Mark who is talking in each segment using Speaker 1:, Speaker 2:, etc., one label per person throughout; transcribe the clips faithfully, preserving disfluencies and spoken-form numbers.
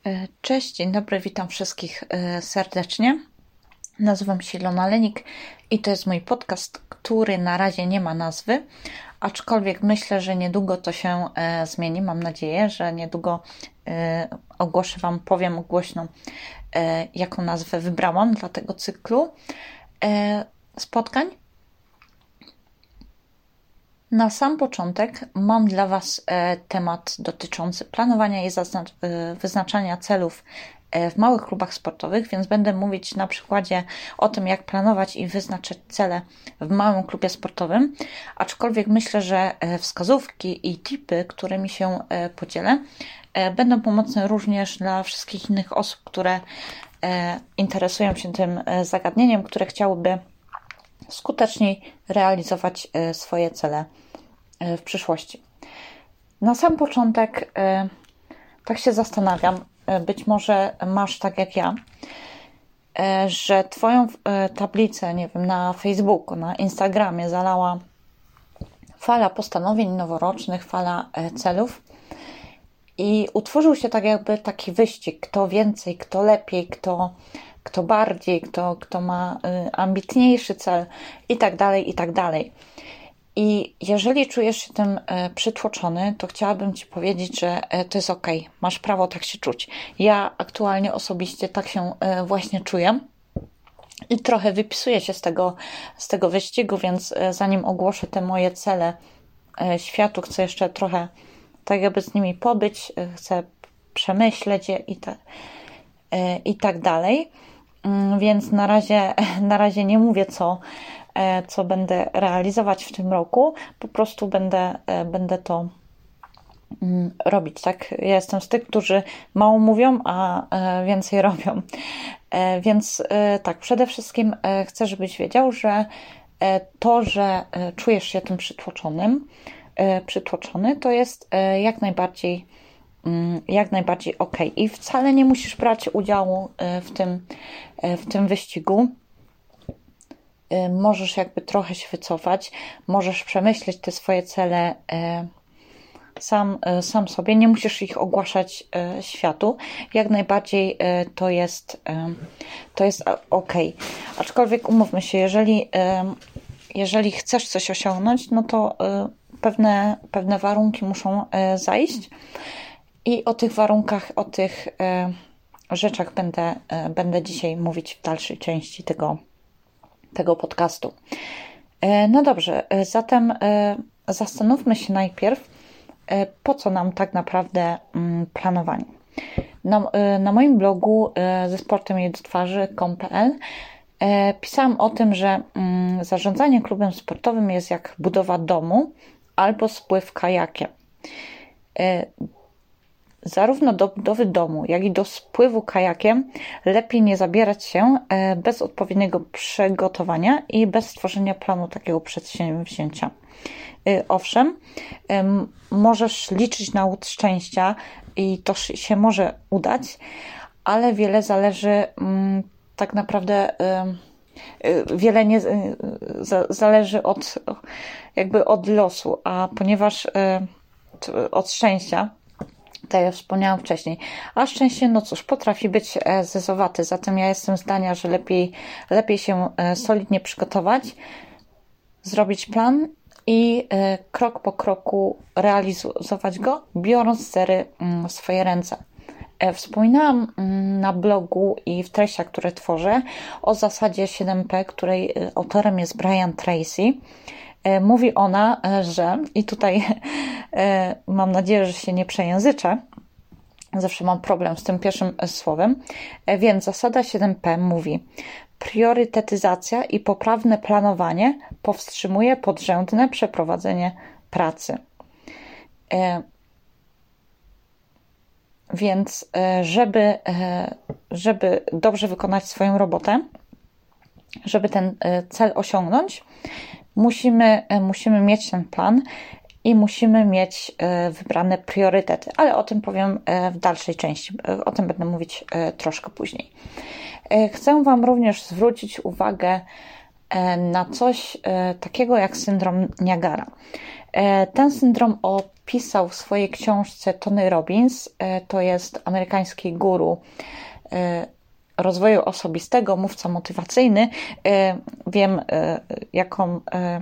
Speaker 1: Cześć, dzień dobry, witam wszystkich serdecznie. Nazywam się Ilona Lenik i to jest mój podcast, który na razie nie ma nazwy, aczkolwiek myślę, że niedługo to się zmieni. Mam nadzieję, że niedługo ogłoszę Wam, powiem głośno, jaką nazwę wybrałam dla tego cyklu spotkań. Na sam początek mam dla Was temat dotyczący planowania i wyznaczania celów w małych klubach sportowych, więc będę mówić na przykładzie o tym, jak planować i wyznaczyć cele w małym klubie sportowym, aczkolwiek myślę, że wskazówki i tipy, którymi się podzielę, będą pomocne również dla wszystkich innych osób, które interesują się tym zagadnieniem, które chciałyby skuteczniej realizować swoje cele w przyszłości. Na sam początek tak się zastanawiam, być może masz tak jak ja, że Twoją tablicę, nie wiem, na Facebooku, na Instagramie zalała fala postanowień noworocznych, fala celów i utworzył się tak jakby taki wyścig, kto więcej, kto lepiej, kto kto bardziej, kto, kto ma ambitniejszy cel i tak dalej, i tak dalej. I jeżeli czujesz się tym przytłoczony, to chciałabym Ci powiedzieć, że to jest ok, masz prawo tak się czuć. Ja aktualnie osobiście tak się właśnie czuję i trochę wypisuję się z tego, z tego wyścigu, więc zanim ogłoszę te moje cele światu, chcę jeszcze trochę tak jakby z nimi pobyć, chcę przemyśleć je i, te, i tak dalej. Więc na razie, na razie nie mówię, co, co będę realizować w tym roku. Po prostu będę, będę to robić. Tak? Ja jestem z tych, którzy mało mówią, a więcej robią. Więc tak, przede wszystkim chcę, żebyś wiedział, że to, że czujesz się tym przytłoczonym, przytłoczony, to jest jak najbardziej jak najbardziej ok. I wcale nie musisz brać udziału w tym, w tym wyścigu. Możesz jakby trochę się wycofać, możesz przemyśleć te swoje cele sam, sam sobie, nie musisz ich ogłaszać światu. Jak najbardziej to jest, to jest ok. Aczkolwiek umówmy się, jeżeli, jeżeli chcesz coś osiągnąć, no to pewne, pewne warunki muszą zajść. I o tych warunkach, o tych e, rzeczach będę, e, będę dzisiaj mówić w dalszej części tego, tego podcastu. E, no dobrze, e, zatem e, zastanówmy się najpierw, e, po co nam tak naprawdę mm, planowanie. Na, e, na moim blogu e, ze sportem i do twarzy kropka com kropka pe el e, pisałam o tym, że mm, zarządzanie klubem sportowym jest jak budowa domu albo spływ kajakiem. E, Zarówno do budowy domu, jak i do spływu kajakiem lepiej nie zabierać się bez odpowiedniego przygotowania i bez stworzenia planu takiego przedsięwzięcia. Owszem, możesz liczyć na łód szczęścia i to się może udać, ale wiele zależy tak naprawdę, wiele nie zależy od, jakby od losu, a ponieważ od szczęścia, tak jak wspomniałam wcześniej. A szczęście, no cóż, potrafi być zezowate. Zatem ja jestem zdania, że lepiej, lepiej się solidnie przygotować, zrobić plan i krok po kroku realizować go, biorąc stery w swoje ręce. Wspominałam na blogu i w treściach, które tworzę, o zasadzie siedem P, której autorem jest Brian Tracy. Mówi ona, że, i tutaj mam nadzieję, że się nie przejęzyczę, zawsze mam problem z tym pierwszym słowem, więc zasada siedem P mówi: priorytetyzacja i poprawne planowanie powstrzymuje podrzędne przeprowadzenie pracy. Więc żeby, żeby dobrze wykonać swoją robotę, żeby ten cel osiągnąć, Musimy, musimy mieć ten plan i musimy mieć wybrane priorytety, ale o tym powiem w dalszej części. O tym będę mówić troszkę później. Chcę Wam również zwrócić uwagę na coś takiego jak syndrom Niagara. Ten syndrom opisał w swojej książce Tony Robbins, to jest amerykański guru rozwoju osobistego, mówca motywacyjny. Wiem, jaką...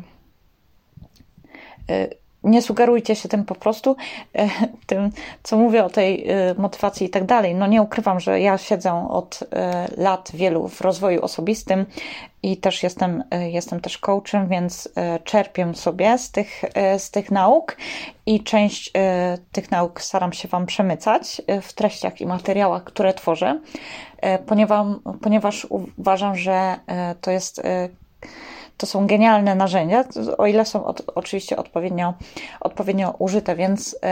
Speaker 1: Nie sugerujcie się tym po prostu, tym, co mówię o tej motywacji i tak dalej. No nie ukrywam, że ja siedzę od lat wielu w rozwoju osobistym i też jestem, jestem też coachem, więc czerpię sobie z tych, z tych nauk i część tych nauk staram się Wam przemycać w treściach i materiałach, które tworzę, ponieważ, ponieważ uważam, że to jest To są genialne narzędzia, o ile są od, oczywiście odpowiednio, odpowiednio użyte, więc y,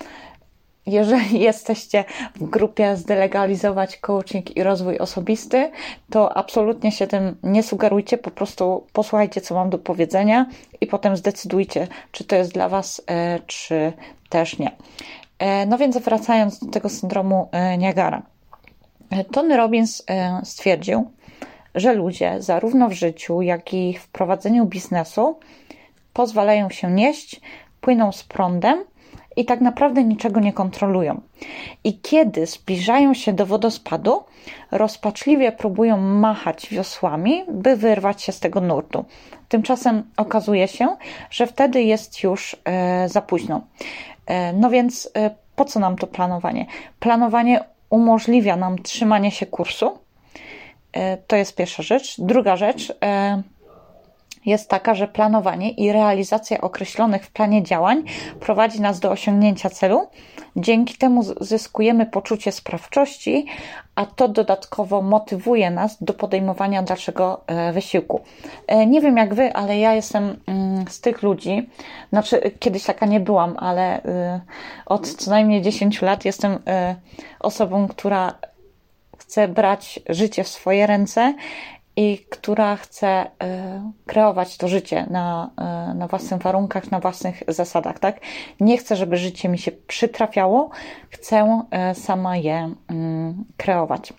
Speaker 1: jeżeli jesteście w grupie zdelegalizować coaching i rozwój osobisty, to absolutnie się tym nie sugerujcie, po prostu posłuchajcie, co mam do powiedzenia i potem zdecydujcie, czy to jest dla Was, y, czy też nie. Y, no więc wracając do tego syndromu y, Niagara. Tony Robbins y, stwierdził, że ludzie zarówno w życiu, jak i w prowadzeniu biznesu pozwalają się nieść, płyną z prądem i tak naprawdę niczego nie kontrolują. I kiedy zbliżają się do wodospadu, rozpaczliwie próbują machać wiosłami, by wyrwać się z tego nurtu. Tymczasem okazuje się, że wtedy jest już e, za późno. E, no więc e, po co nam to planowanie? Planowanie umożliwia nam trzymanie się kursu. To jest pierwsza rzecz. Druga rzecz jest taka, że planowanie i realizacja określonych w planie działań prowadzi nas do osiągnięcia celu. Dzięki temu zyskujemy poczucie sprawczości, a to dodatkowo motywuje nas do podejmowania dalszego wysiłku. Nie wiem jak Wy, ale ja jestem z tych ludzi, znaczy kiedyś taka nie byłam, ale od co najmniej dziesięć lat jestem osobą, która chce brać życie w swoje ręce i która chce y, kreować to życie na, y, na własnych warunkach, na własnych zasadach, tak? Nie chcę, żeby życie mi się przytrafiało, chcę y, sama je y, kreować.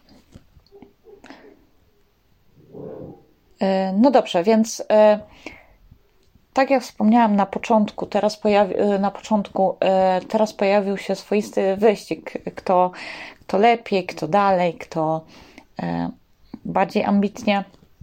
Speaker 1: Y, no dobrze, więc y, tak jak wspomniałam na początku, teraz, pojawi, na początku, y, teraz pojawił się swoisty wyścig, kto kto lepiej, kto dalej, kto e, bardziej ambitnie.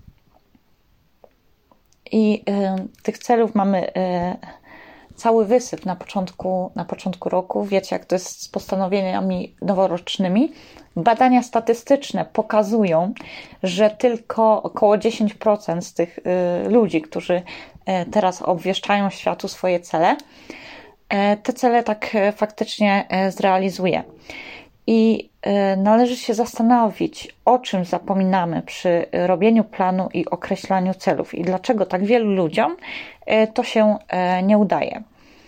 Speaker 1: I e, tych celów mamy e, cały wysyp na początku, na początku roku. Wiecie, jak to jest z postanowieniami noworocznymi. Badania statystyczne pokazują, że tylko około dziesięć procent z tych e, ludzi, którzy e, teraz obwieszczają światu swoje cele, e, te cele tak e, faktycznie e, zrealizuje. I należy się zastanowić, o czym zapominamy przy robieniu planu i określaniu celów i dlaczego tak wielu ludziom to się nie udaje.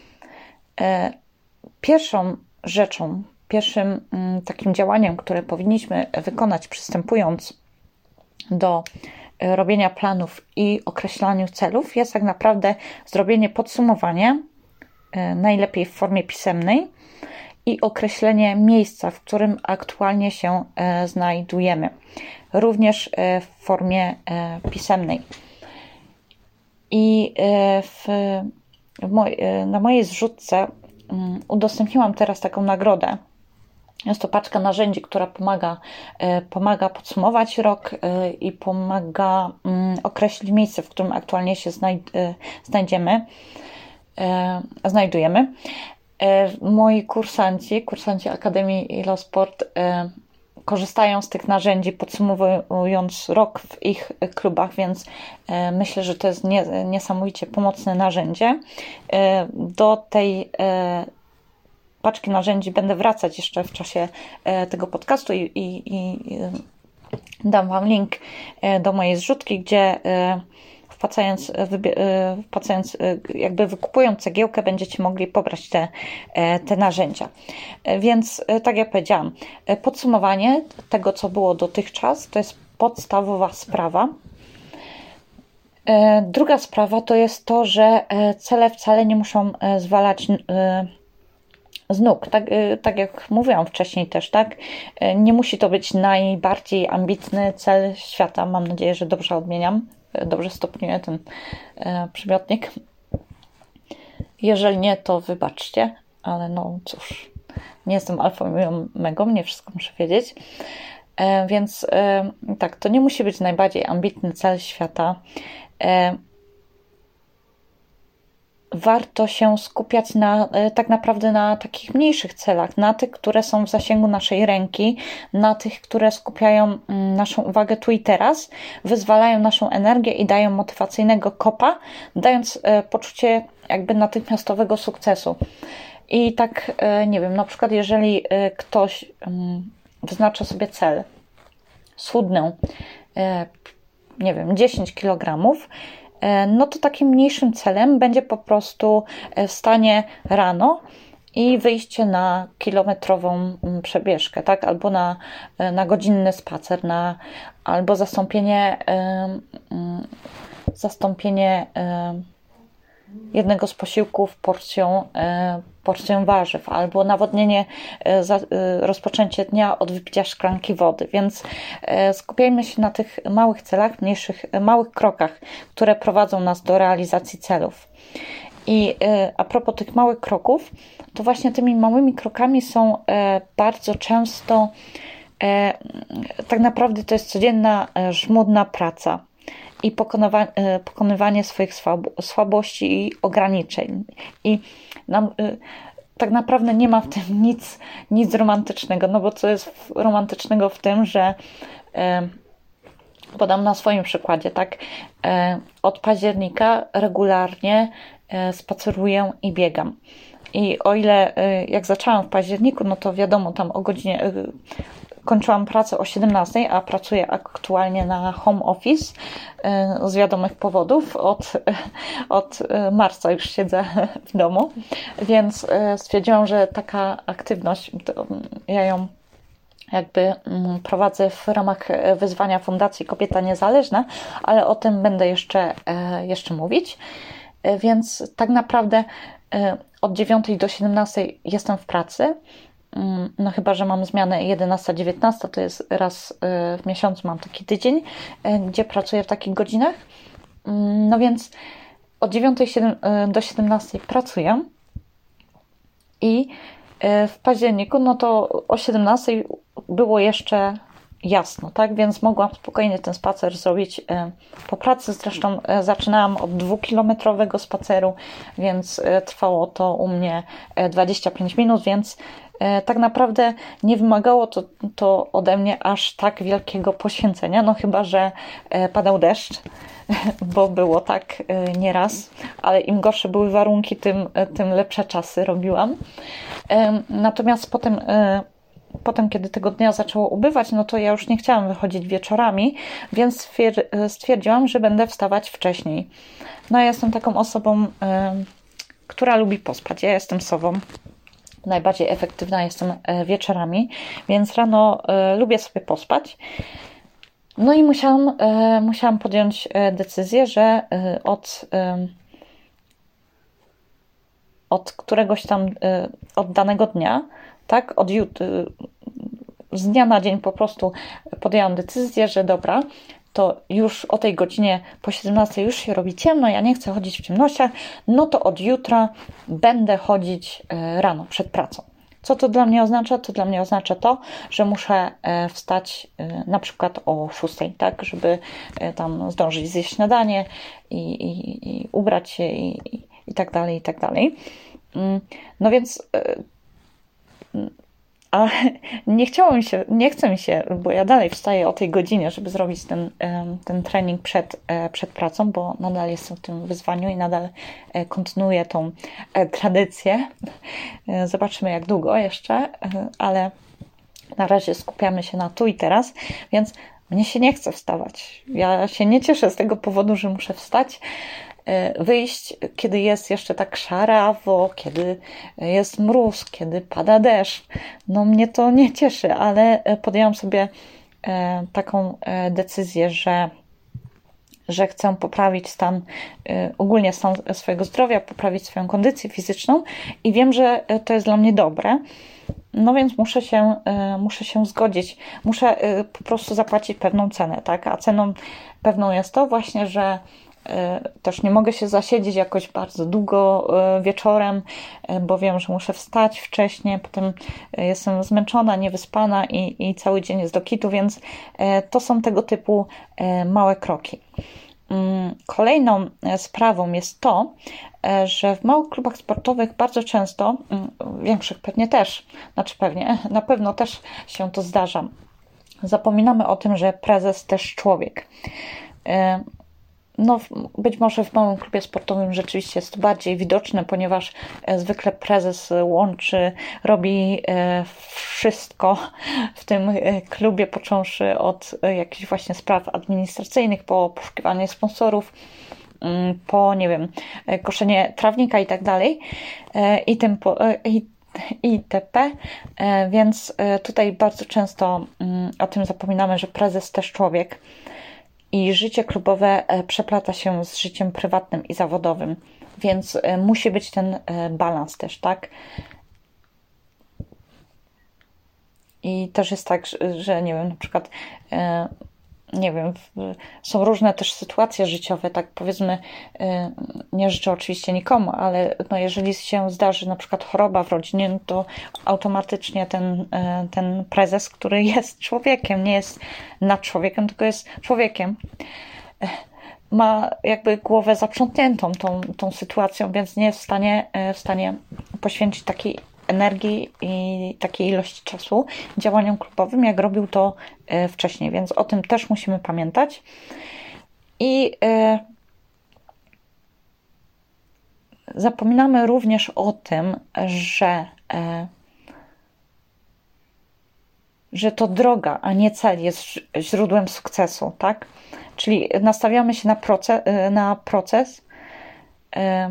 Speaker 1: Pierwszą rzeczą, pierwszym takim działaniem, które powinniśmy wykonać przystępując do robienia planów i określaniu celów, jest tak naprawdę zrobienie podsumowania, najlepiej w formie pisemnej, i określenie miejsca, w którym aktualnie się e, znajdujemy, również e, w formie e, pisemnej. I e, w, w moj, e, na mojej zrzutce um, udostępniłam teraz taką nagrodę. Jest to paczka narzędzi, która pomaga, e, pomaga podsumować rok e, i pomaga um, określić miejsce, w którym aktualnie się znaj, e, znajdziemy, e, znajdujemy. Moi kursanci, kursanci Akademii Ilosport e, korzystają z tych narzędzi, podsumowując rok w ich klubach, więc e, myślę, że to jest nie, niesamowicie pomocne narzędzie. E, do tej e, paczki narzędzi będę wracać jeszcze w czasie e, tego podcastu i, i, i dam Wam link e, do mojej zrzutki, gdzie e, Wpłacając, wpłacając, jakby wykupując cegiełkę, będziecie mogli pobrać te, te narzędzia. Więc tak jak powiedziałam, podsumowanie tego, co było dotychczas, to jest podstawowa sprawa. Druga sprawa to jest to, że cele wcale nie muszą zwalać z nóg. Tak, tak jak mówiłam wcześniej też, tak? Nie musi to być najbardziej ambitny cel świata. Mam nadzieję, że dobrze odmieniam. Dobrze stopniuję ten e, przymiotnik. Jeżeli nie, to wybaczcie, ale no cóż, nie jestem alfą i omegą, nie wszystko muszę wiedzieć. E, więc e, tak, to nie musi być najbardziej ambitny cel świata. E, warto się skupiać na, tak naprawdę na takich mniejszych celach, na tych, które są w zasięgu naszej ręki, na tych, które skupiają naszą uwagę tu i teraz, wyzwalają naszą energię i dają motywacyjnego kopa, dając poczucie jakby natychmiastowego sukcesu. I tak, nie wiem, na przykład jeżeli ktoś wyznacza sobie cel, schudnę, nie wiem, dziesięć kilogramów, no to takim mniejszym celem będzie po prostu wstanie rano i wyjście na kilometrową przebieżkę, tak? Albo na, na godzinny spacer, na, albo zastąpienie, zastąpienie jednego z posiłków porcją, porcją warzyw, albo nawodnienie, rozpoczęcie dnia od wypicia szklanki wody. Więc skupiajmy się na tych małych celach, mniejszych, małych krokach, które prowadzą nas do realizacji celów. I a propos tych małych kroków, to właśnie tymi małymi krokami są bardzo często, tak naprawdę to jest codzienna, żmudna praca i pokonywa, pokonywanie swoich słabości i ograniczeń. I nam, tak naprawdę nie ma w tym nic, nic romantycznego, no bo co jest romantycznego w tym, że podam na swoim przykładzie, tak, od października regularnie spaceruję i biegam. I o ile jak zaczęłam w październiku, no to wiadomo, tam o godzinie kończyłam pracę o siedemnastej, a pracuję aktualnie na home office z wiadomych powodów. Od, od marca już siedzę w domu, więc stwierdziłam, że taka aktywność, ja ją jakby prowadzę w ramach wyzwania Fundacji Kobieta Niezależna, ale o tym będę jeszcze, jeszcze mówić. Więc tak naprawdę od dziewiątej do siedemnastej jestem w pracy. No chyba, że mam zmianę jedenasta dziewiętnasta, to jest raz w miesiącu mam taki tydzień, gdzie pracuję w takich godzinach. No więc od dziewiątej do siedemnastej pracuję i w październiku, no to o siedemnastej było jeszcze jasno, tak? Więc mogłam spokojnie ten spacer zrobić po pracy. Zresztą zaczynałam od dwukilometrowego spaceru, więc trwało to u mnie dwadzieścia pięć minut, więc tak naprawdę nie wymagało to, to ode mnie aż tak wielkiego poświęcenia, no chyba że padał deszcz, bo było tak nieraz, ale im gorsze były warunki, tym, tym lepsze czasy robiłam. Natomiast potem, potem, kiedy tego dnia zaczęło ubywać, no to ja już nie chciałam wychodzić wieczorami, więc stwierdziłam, że będę wstawać wcześniej. No ja jestem taką osobą, która lubi pospać. Ja jestem sową. Najbardziej efektywna jestem wieczorami, więc rano lubię sobie pospać. No i musiałam, musiałam podjąć decyzję, że od, od któregoś tam, od danego dnia, tak, od jut- z dnia na dzień po prostu podjęłam decyzję, że dobra, to już o tej godzinie po siedemnastej już się robi ciemno, ja nie chcę chodzić w ciemnościach, no to od jutra będę chodzić rano przed pracą. Co to dla mnie oznacza? To dla mnie oznacza to, że muszę wstać na przykład o szóstej, tak, żeby tam zdążyć zjeść śniadanie i, i, i ubrać się i, i, i tak dalej, i tak dalej. No więc a nie chciało mi się, nie chce mi się, bo ja dalej wstaję o tej godzinie, żeby zrobić ten, ten trening przed, przed pracą, bo nadal jestem w tym wyzwaniu i nadal kontynuuję tą tradycję. Zobaczymy jak długo jeszcze, ale na razie skupiamy się na tu i teraz, więc mnie się nie chce wstawać. Ja się nie cieszę z tego powodu, że muszę wstać, wyjść, kiedy jest jeszcze tak szarawo, kiedy jest mróz, kiedy pada deszcz. No mnie to nie cieszy, ale podjęłam sobie taką decyzję, że, że chcę poprawić stan, ogólnie stan swojego zdrowia, poprawić swoją kondycję fizyczną i wiem, że to jest dla mnie dobre. No więc muszę się, muszę się zgodzić. Muszę po prostu zapłacić pewną cenę, tak? A ceną pewną jest to właśnie, że też nie mogę się zasiedzieć jakoś bardzo długo wieczorem, bo wiem, że muszę wstać wcześniej, potem jestem zmęczona, niewyspana i, i cały dzień jest do kitu, więc to są tego typu małe kroki. Kolejną sprawą jest to, że w małych klubach sportowych bardzo często, większych pewnie też, znaczy pewnie, na pewno też się to zdarza, zapominamy o tym, że prezes też człowiek. No, być może w małym klubie sportowym rzeczywiście jest to bardziej widoczne, ponieważ zwykle prezes łączy, robi wszystko w tym klubie, począwszy od jakichś właśnie spraw administracyjnych, po poszukiwanie sponsorów, po, nie wiem, koszenie trawnika i tak dalej, i tym po, i itp. Więc tutaj bardzo często o tym zapominamy, że prezes też człowiek i życie klubowe przeplata się z życiem prywatnym i zawodowym, więc musi być ten balans też, tak? I też jest tak, że nie wiem, na przykład nie wiem, są różne też sytuacje życiowe, tak powiedzmy, nie życzę oczywiście nikomu, ale no jeżeli się zdarzy na przykład choroba w rodzinie, no to automatycznie ten, ten prezes, który jest człowiekiem, nie jest nad człowiekiem, tylko jest człowiekiem, ma jakby głowę zaprzątniętą tą, tą sytuacją, więc nie jest w stanie, w stanie poświęcić takiej energii i takiej ilości czasu działaniom klubowym, jak robił to wcześniej, więc o tym też musimy pamiętać. I e, zapominamy również o tym, że e, że to droga, a nie cel jest źródłem sukcesu, tak? Czyli nastawiamy się na proces, na proces e,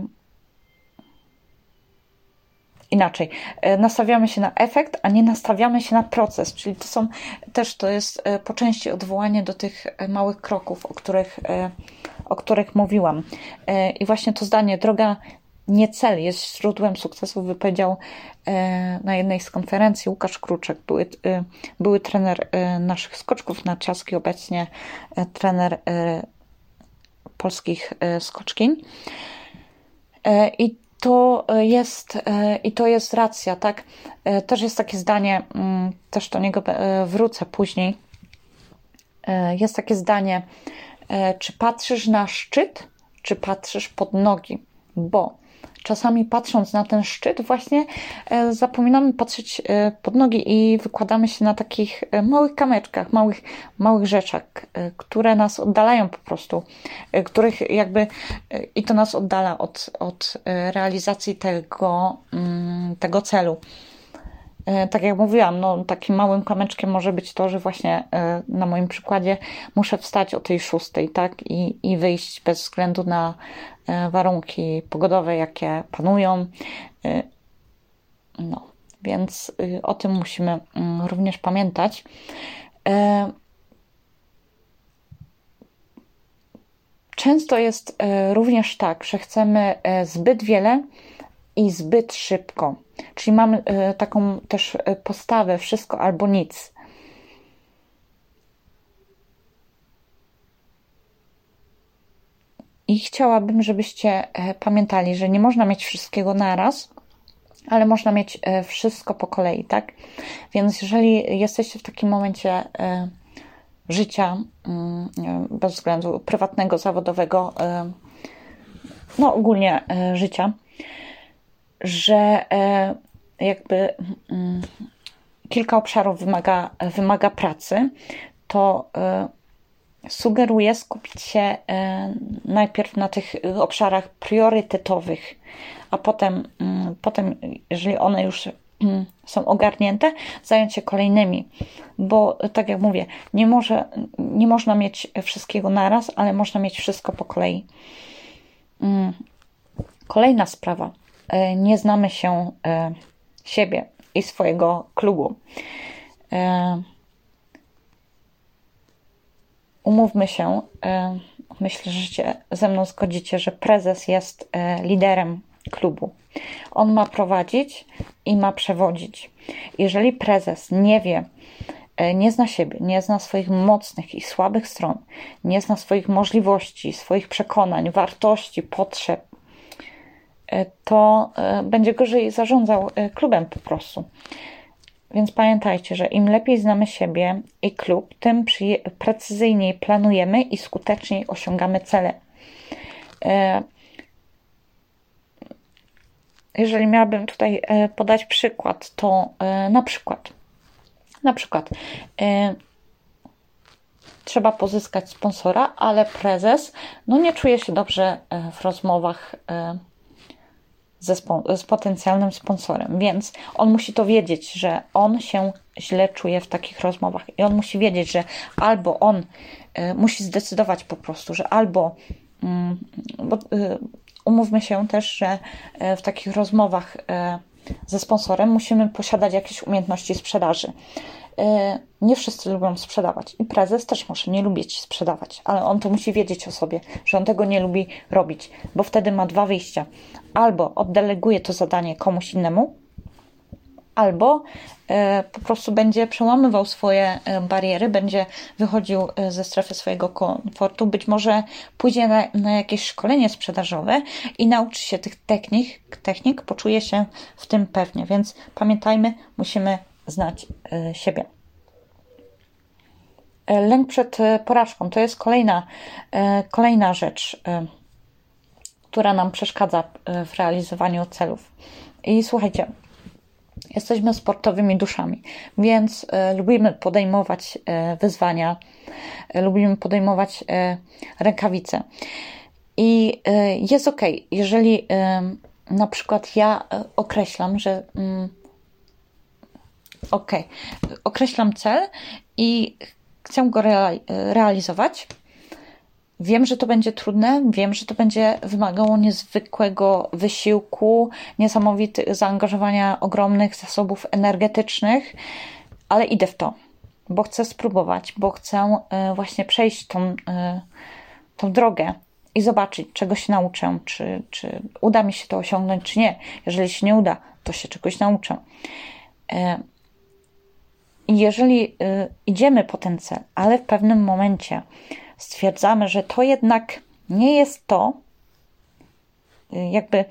Speaker 1: Inaczej, nastawiamy się na efekt, a nie nastawiamy się na proces, czyli to są też, to jest po części odwołanie do tych małych kroków, o których, o których mówiłam. I właśnie to zdanie, droga nie cel jest źródłem sukcesu, wypowiedział na jednej z konferencji Łukasz Kruczek, były, były trener naszych skoczków narciarskich, obecnie trener polskich skoczkiń. I To jest, i to jest racja, tak? Też jest takie zdanie, też do niego wrócę później. Jest takie zdanie, czy patrzysz na szczyt, czy patrzysz pod nogi? Bo czasami patrząc na ten szczyt właśnie zapominamy patrzeć pod nogi i wykładamy się na takich małych kamyczkach, małych, małych rzeczach, które nas oddalają po prostu, których jakby i to nas oddala od, od realizacji tego, tego celu. Tak jak mówiłam, no, takim małym kamyczkiem może być to, że właśnie na moim przykładzie muszę wstać o tej szóstej, tak? I, i wyjść bez względu na warunki pogodowe, jakie panują. No, więc o tym musimy również pamiętać. Często jest również tak, że chcemy zbyt wiele i zbyt szybko. Czyli mamy taką też postawę wszystko albo nic. I chciałabym, żebyście pamiętali, że nie można mieć wszystkiego naraz, ale można mieć wszystko po kolei, tak? Więc jeżeli jesteście w takim momencie życia, bez względu prywatnego, zawodowego, no ogólnie życia, że jakby kilka obszarów wymaga, wymaga pracy, to sugeruję skupić się najpierw na tych obszarach priorytetowych, a potem, potem jeżeli one już są ogarnięte, zająć się kolejnymi, bo tak jak mówię, nie, może, nie można mieć wszystkiego naraz, ale można mieć wszystko po kolei. Kolejna sprawa. Nie znamy się siebie i swojego klubu. Umówmy się, myślę, że się ze mną zgodzicie, że prezes jest liderem klubu. On ma prowadzić i ma przewodzić. Jeżeli prezes nie wie, nie zna siebie, nie zna swoich mocnych i słabych stron, nie zna swoich możliwości, swoich przekonań, wartości, potrzeb, to będzie gorzej zarządzał klubem po prostu. Więc pamiętajcie, że im lepiej znamy siebie i klub, tym precyzyjniej planujemy i skuteczniej osiągamy cele. Jeżeli miałabym tutaj podać przykład, to na przykład, na przykład trzeba pozyskać sponsora, ale prezes no nie czuje się dobrze w rozmowach ze z potencjalnym sponsorem, więc on musi to wiedzieć, że on się źle czuje w takich rozmowach i on musi wiedzieć, że albo on y, musi zdecydować po prostu, że albo y, bo, y, umówmy się też, że y, w takich rozmowach y, ze sponsorem musimy posiadać jakieś umiejętności sprzedaży. Y, nie wszyscy lubią sprzedawać i prezes też może nie lubić sprzedawać, ale on to musi wiedzieć o sobie, że on tego nie lubi robić, bo wtedy ma dwa wyjścia. Albo oddeleguje to zadanie komuś innemu, albo e, po prostu będzie przełamywał swoje e, bariery, będzie wychodził e, ze strefy swojego komfortu, być może pójdzie na, na jakieś szkolenie sprzedażowe i nauczy się tych technik, technik, poczuje się w tym pewnie, więc pamiętajmy, musimy znać e, siebie. E, lęk przed porażką to jest kolejna, e, kolejna rzecz, e, która nam przeszkadza w realizowaniu celów. I słuchajcie, jesteśmy sportowymi duszami, więc e, lubimy podejmować e, wyzwania, e, lubimy podejmować e, rękawice. I e, jest ok, jeżeli e, na przykład ja e, określam, że mm, ok, określam cel i chcę go rea- realizować. Wiem, że to będzie trudne, wiem, że to będzie wymagało niezwykłego wysiłku, niesamowitego zaangażowania ogromnych zasobów energetycznych, ale idę w to, bo chcę spróbować, bo chcę właśnie przejść tą, tą drogę i zobaczyć, czego się nauczę, czy, czy uda mi się to osiągnąć, czy nie. Jeżeli się nie uda, to się czegoś nauczę. I jeżeli idziemy po ten cel, ale w pewnym momencie stwierdzamy, że to jednak nie jest to, jakby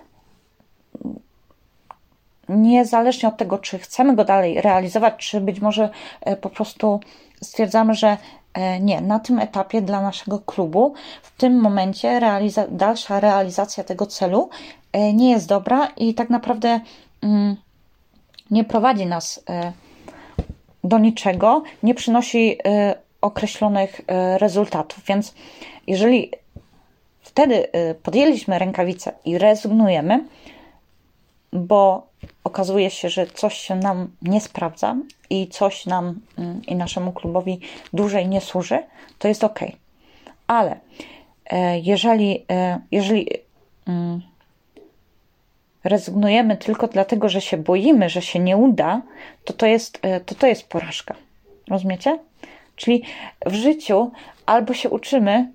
Speaker 1: niezależnie od tego, czy chcemy go dalej realizować, czy być może po prostu stwierdzamy, że nie, na tym etapie dla naszego klubu w tym momencie realiza- dalsza realizacja tego celu nie jest dobra i tak naprawdę mm, nie prowadzi nas do niczego, nie przynosi określonych rezultatów. Więc jeżeli wtedy podjęliśmy rękawice i rezygnujemy, bo okazuje się, że coś się nam nie sprawdza i coś nam i naszemu klubowi dłużej nie służy, to jest ok. Ale jeżeli, jeżeli rezygnujemy tylko dlatego, że się boimy, że się nie uda, to to jest, to to jest porażka. Rozumiecie? Czyli w życiu albo się uczymy.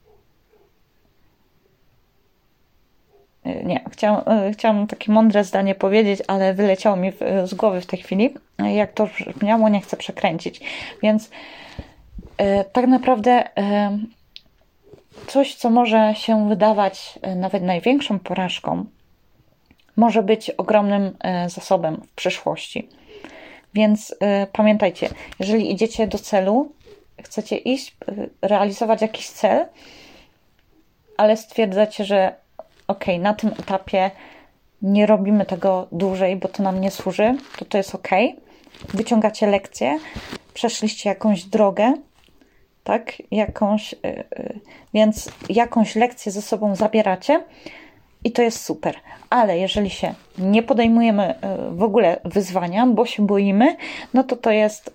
Speaker 1: Nie, chciałam, chciałam takie mądre zdanie powiedzieć, ale wyleciało mi z głowy w tej chwili. Jak to brzmiało, nie chcę przekręcić. Więc e, tak naprawdę e, coś, co może się wydawać nawet największą porażką, może być ogromnym e, zasobem w przyszłości. Więc y, pamiętajcie, jeżeli idziecie do celu, chcecie iść, y, realizować jakiś cel, ale stwierdzacie, że ok, na tym etapie nie robimy tego dłużej, bo to nam nie służy, to to jest ok. Wyciągacie lekcję, przeszliście jakąś drogę, tak, jakąś, y, y, więc jakąś lekcję ze sobą zabieracie i to jest super. Ale jeżeli się nie podejmujemy w ogóle wyzwania, bo się boimy, no to to jest,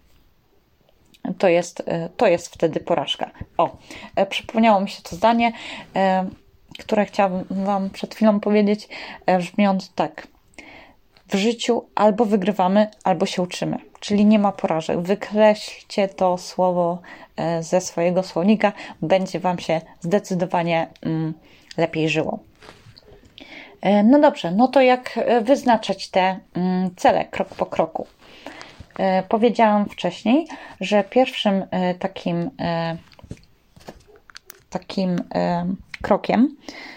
Speaker 1: to jest, to jest wtedy porażka. O, przypomniało mi się to zdanie, które chciałam wam przed chwilą powiedzieć, brzmiąc tak. W życiu albo wygrywamy, albo się uczymy. Czyli nie ma porażek. Wykreślcie to słowo ze swojego słownika. Będzie wam się zdecydowanie lepiej żyło. No dobrze, no to jak wyznaczać te cele krok po kroku? Powiedziałam wcześniej, że pierwszym takim, takim krokiem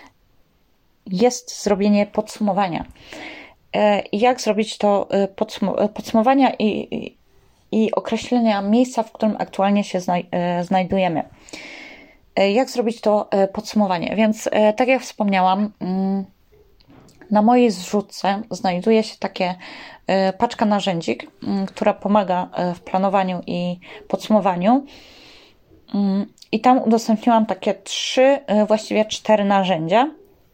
Speaker 1: jest zrobienie podsumowania. Jak zrobić to podsumowania i, i określenia miejsca, w którym aktualnie się znajdujemy. Jak zrobić to podsumowanie? Więc tak jak wspomniałam, na mojej zrzutce znajduje się takie paczka narzędzi, która pomaga w planowaniu i podsumowaniu. I tam udostępniłam takie trzy, właściwie cztery narzędzia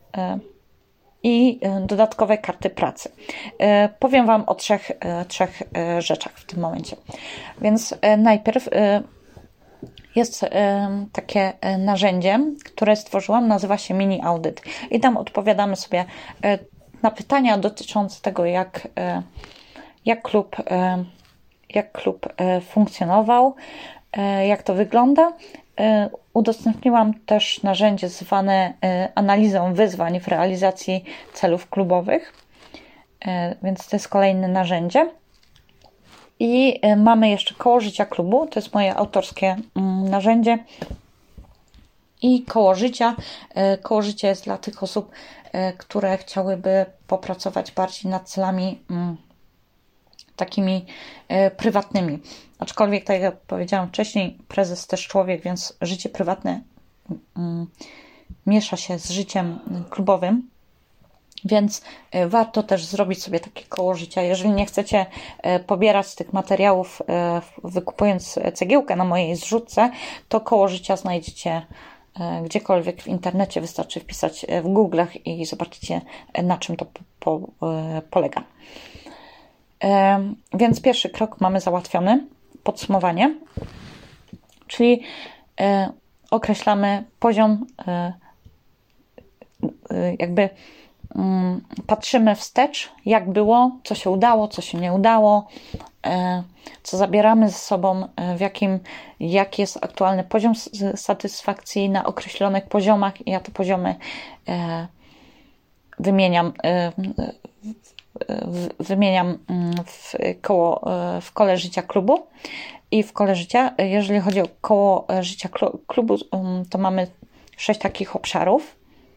Speaker 1: i dodatkowe karty pracy. Powiem Wam o trzech, trzech rzeczach w tym momencie. Więc najpierw jest takie narzędzie, które stworzyłam, nazywa się Mini Audyt. I tam odpowiadamy sobie na pytania dotyczące tego, jak, jak, klub, jak klub funkcjonował, jak to wygląda. Udostępniłam też narzędzie zwane analizą wyzwań w realizacji celów klubowych, więc to jest kolejne narzędzie. I mamy jeszcze koło życia klubu, to jest moje autorskie narzędzie. I koło życia. Koło życia jest dla tych osób, które chciałyby popracować bardziej nad celami takimi prywatnymi. Aczkolwiek, tak jak powiedziałam wcześniej, prezes też człowiek, więc życie prywatne miesza się z życiem klubowym. Więc warto też zrobić sobie takie koło życia. Jeżeli nie chcecie pobierać tych materiałów, wykupując cegiełkę na mojej zrzutce, to koło życia znajdziecie gdziekolwiek w internecie. Wystarczy wpisać w Google'ach i zobaczycie, na czym to po, po, polega. Więc pierwszy krok mamy załatwiony. Podsumowanie. Czyli określamy poziom, jakby patrzymy wstecz, jak było, co się udało, co się nie udało, co zabieramy ze sobą, w jakim, jaki jest aktualny poziom satysfakcji na określonych poziomach. Ja te poziomy wymieniam, wymieniam w, koło, w kole życia klubu i w kole życia. Jeżeli chodzi o koło życia klubu, to mamy sześć takich obszarów.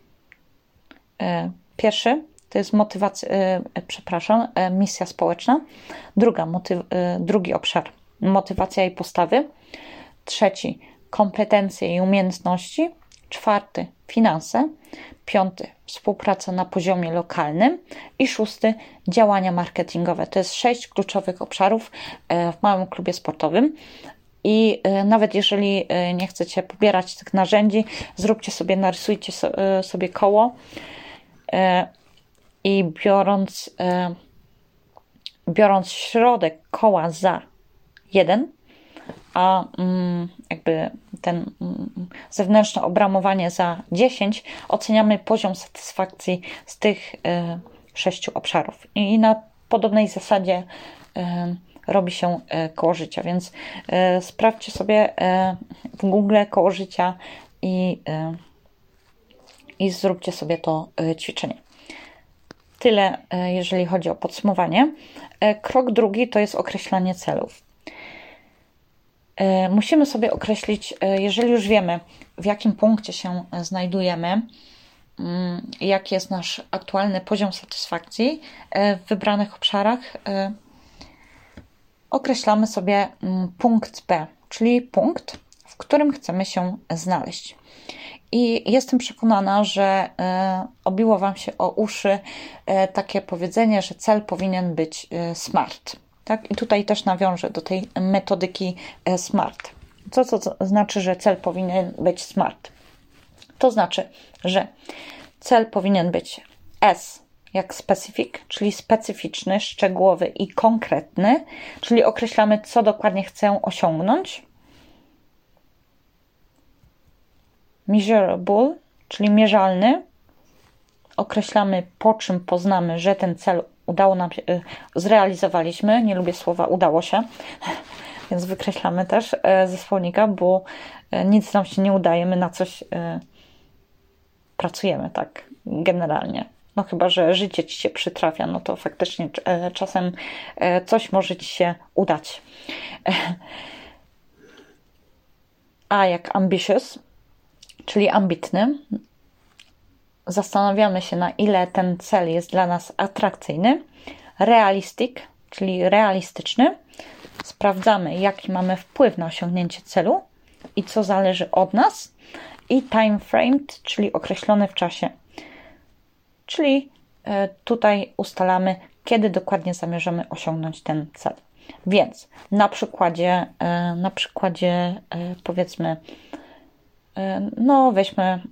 Speaker 1: Pierwszy to jest motywacja, przepraszam, misja społeczna. Druga, motyw, drugi obszar motywacja i postawy. Trzeci kompetencje i umiejętności. Czwarty finanse. Piąty współpraca na poziomie lokalnym. I szósty działania marketingowe. To jest sześć kluczowych obszarów w małym klubie sportowym. I nawet jeżeli nie chcecie pobierać tych narzędzi, zróbcie sobie, narysujcie sobie koło i biorąc, biorąc środek koła za jeden, a jakby ten zewnętrzne obramowanie za dziesięć, oceniamy poziom satysfakcji z tych sześciu obszarów. I na podobnej zasadzie robi się koło życia, więc sprawdźcie sobie w Google koło życia i, i zróbcie sobie to ćwiczenie. Tyle, jeżeli chodzi o podsumowanie. Krok drugi to jest określanie celów. Musimy sobie określić, jeżeli już wiemy, w jakim punkcie się znajdujemy, jaki jest nasz aktualny poziom satysfakcji w wybranych obszarach, określamy sobie punkt B, czyli punkt, w którym chcemy się znaleźć. I jestem przekonana, że obiło Wam się o uszy takie powiedzenie, że cel powinien być SMART. Tak? I tutaj też nawiążę do tej metodyki SMART. Co to znaczy, że cel powinien być SMART? To znaczy, że cel powinien być S jak specific, czyli specyficzny, szczegółowy i konkretny, czyli określamy, co dokładnie chcę osiągnąć. Measurable, czyli mierzalny. Określamy, po czym poznamy, że ten cel udało nam się, zrealizowaliśmy. Nie lubię słowa udało się, więc wykreślamy też ze słownika, bo nic nam się nie udaje, my na coś pracujemy, tak generalnie. No chyba że życie ci się przytrafia, no to faktycznie czasem coś może ci się udać. A jak ambitious, czyli ambitny, zastanawiamy się, na ile ten cel jest dla nas atrakcyjny. Realistic, czyli realistyczny. Sprawdzamy, jaki mamy wpływ na osiągnięcie celu i co zależy od nas. I time framed, czyli określony w czasie. Czyli tutaj ustalamy, kiedy dokładnie zamierzamy osiągnąć ten cel. Więc na przykładzie, na przykładzie powiedzmy, no weźmy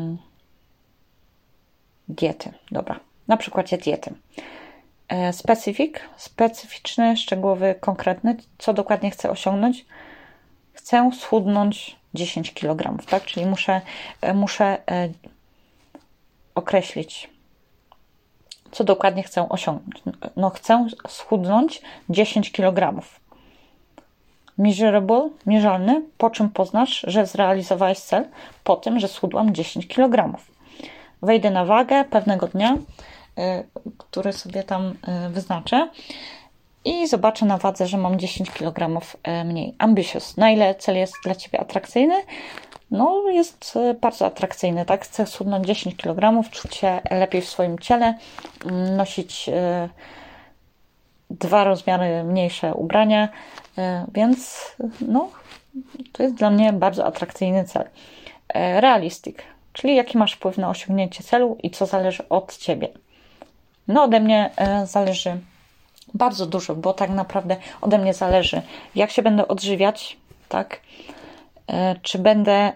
Speaker 1: diety. Dobra, na przykładzie diety. Specific, specyficzny, szczegółowy, konkretny. Co dokładnie chcę osiągnąć? Chcę schudnąć dziesięć kilogramów, tak? Czyli muszę, muszę określić, co dokładnie chcę osiągnąć. No chcę schudnąć dziesięć kilogramów. Measurable, mierzalny. Po czym poznasz, że zrealizowałeś cel? Po tym, że schudłam dziesięć kilogramów. Wejdę na wagę pewnego dnia, który sobie tam wyznaczę i zobaczę na wadze, że mam dziesięć kilogramów mniej. Ambitious. Na ile cel jest dla Ciebie atrakcyjny? No jest bardzo atrakcyjny, tak? Chcę schudnąć dziesięć kilogramów, czuć się lepiej w swoim ciele, nosić dwa rozmiary mniejsze ubrania, więc no, to jest dla mnie bardzo atrakcyjny cel. Realistic, czyli jaki masz wpływ na osiągnięcie celu i co zależy od Ciebie. No ode mnie zależy bardzo dużo, bo tak naprawdę ode mnie zależy, jak się będę odżywiać, tak? Czy będę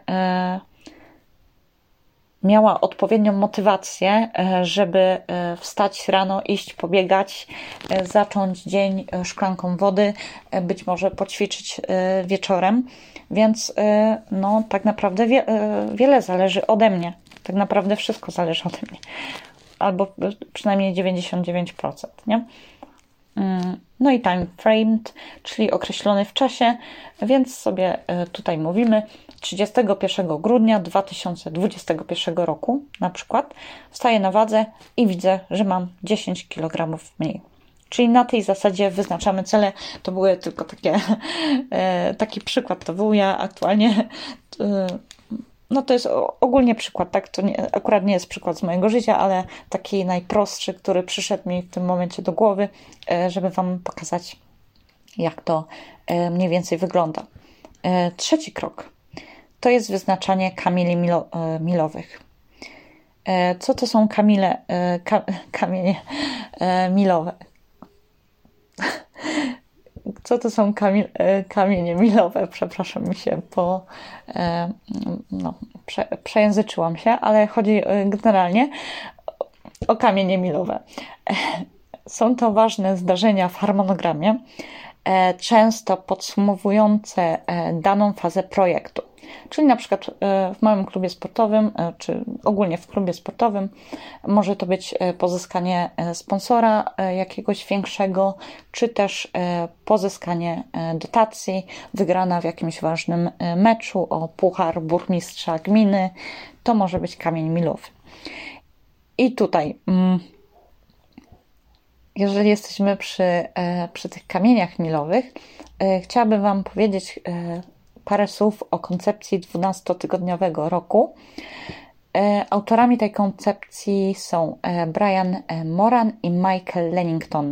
Speaker 1: miała odpowiednią motywację, żeby wstać rano, iść pobiegać, zacząć dzień szklanką wody, być może poćwiczyć wieczorem, więc no tak naprawdę wie, wiele zależy ode mnie. Tak naprawdę wszystko zależy ode mnie. Albo przynajmniej dziewięćdziesiąt dziewięć procent, nie? No i time framed, czyli określony w czasie, więc sobie tutaj mówimy trzydziestego pierwszego grudnia dwa tysiące dwudziestego pierwszego roku na przykład wstaję na wadze i widzę, że mam dziesięć kilogramów mniej. Czyli na tej zasadzie wyznaczamy cele. To były tylko takie, taki przykład, to był ja aktualnie. No to jest ogólnie przykład, tak? To nie, akurat nie jest przykład z mojego życia, ale taki najprostszy, który przyszedł mi w tym momencie do głowy, żeby Wam pokazać, jak to mniej więcej wygląda. Trzeci krok to jest wyznaczanie kamieni milo, milowych. Co to są kamile, ka, kamienie milowe? Co to są kamil, kamienie milowe? Przepraszam, mi się po... No, prze, przejęzyczyłam się, ale chodzi generalnie o kamienie milowe. Są to ważne zdarzenia w harmonogramie, często podsumowujące daną fazę projektu. Czyli na przykład w małym klubie sportowym, czy ogólnie w klubie sportowym może to być pozyskanie sponsora jakiegoś większego, czy też pozyskanie dotacji, wygrana w jakimś ważnym meczu o puchar burmistrza gminy. To może być kamień milowy. I tutaj, jeżeli jesteśmy przy, przy tych kamieniach milowych, chciałabym Wam powiedzieć parę słów o koncepcji dwunastotygodniowego roku. Autorami tej koncepcji są Brian Moran i Michael Lennington.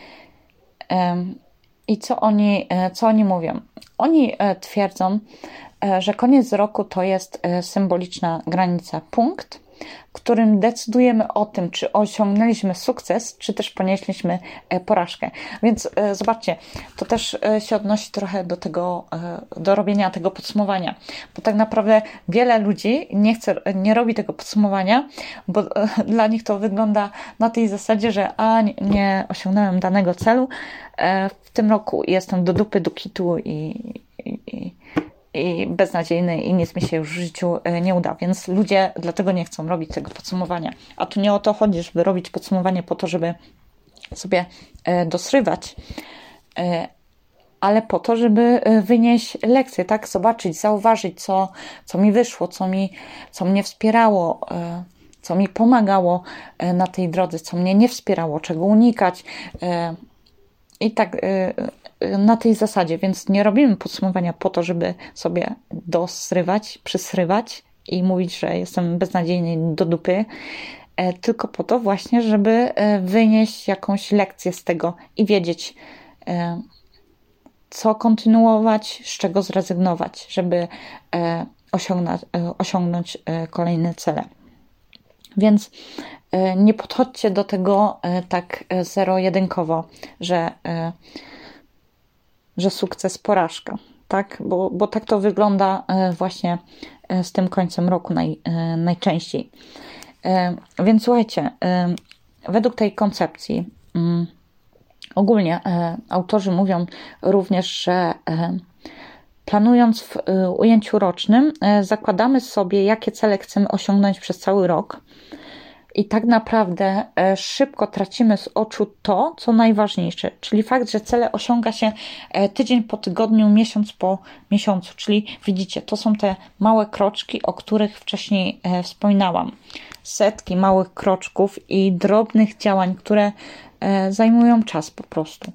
Speaker 1: I co oni, co oni mówią? Oni twierdzą, że koniec roku to jest symboliczna granica, punkt, w którym decydujemy o tym, czy osiągnęliśmy sukces, czy też ponieśliśmy porażkę. Więc zobaczcie, to też się odnosi trochę do tego, do robienia tego podsumowania, bo tak naprawdę wiele ludzi nie chce, nie robi tego podsumowania, bo dla nich to wygląda na tej zasadzie, że a nie, nie osiągnąłem danego celu, w tym roku jestem do dupy, do kitu i, i i beznadziejny i nic mi się już w życiu nie uda, więc ludzie dlatego nie chcą robić tego podsumowania. A tu nie o to chodzi, żeby robić podsumowanie po to, żeby sobie dosrywać, ale po to, żeby wynieść lekcje, tak? Zobaczyć, zauważyć, co, co mi wyszło, co, mi, co mnie wspierało, co mi pomagało na tej drodze, co mnie nie wspierało, czego unikać i tak na tej zasadzie. Więc nie robimy podsumowania po to, żeby sobie dosrywać, przysrywać i mówić, że jestem beznadziejny do dupy, tylko po to właśnie, żeby wynieść jakąś lekcję z tego i wiedzieć, co kontynuować, z czego zrezygnować, żeby osiągnąć, osiągnąć kolejne cele. Więc nie podchodźcie do tego tak zero-jedynkowo, że, że sukces, porażka, tak? Bo, bo tak to wygląda właśnie z tym końcem roku naj, najczęściej. Więc słuchajcie, według tej koncepcji ogólnie autorzy mówią również, że planując w ujęciu rocznym, zakładamy sobie, jakie cele chcemy osiągnąć przez cały rok i tak naprawdę szybko tracimy z oczu to, co najważniejsze, czyli fakt, że cele osiąga się tydzień po tygodniu, miesiąc po miesiącu, czyli widzicie, to są te małe kroczki, o których wcześniej wspominałam. Setki małych kroczków i drobnych działań, które zajmują czas po prostu.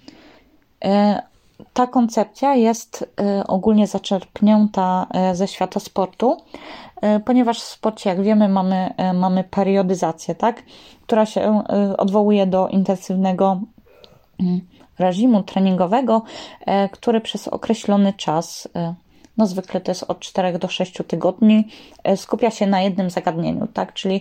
Speaker 1: Ta koncepcja jest ogólnie zaczerpnięta ze świata sportu, ponieważ w sporcie, jak wiemy, mamy, mamy periodyzację, tak? Która się odwołuje do intensywnego reżimu treningowego, który przez określony czas, no zwykle to jest od czterech do sześciu tygodni, skupia się na jednym zagadnieniu, tak? Czyli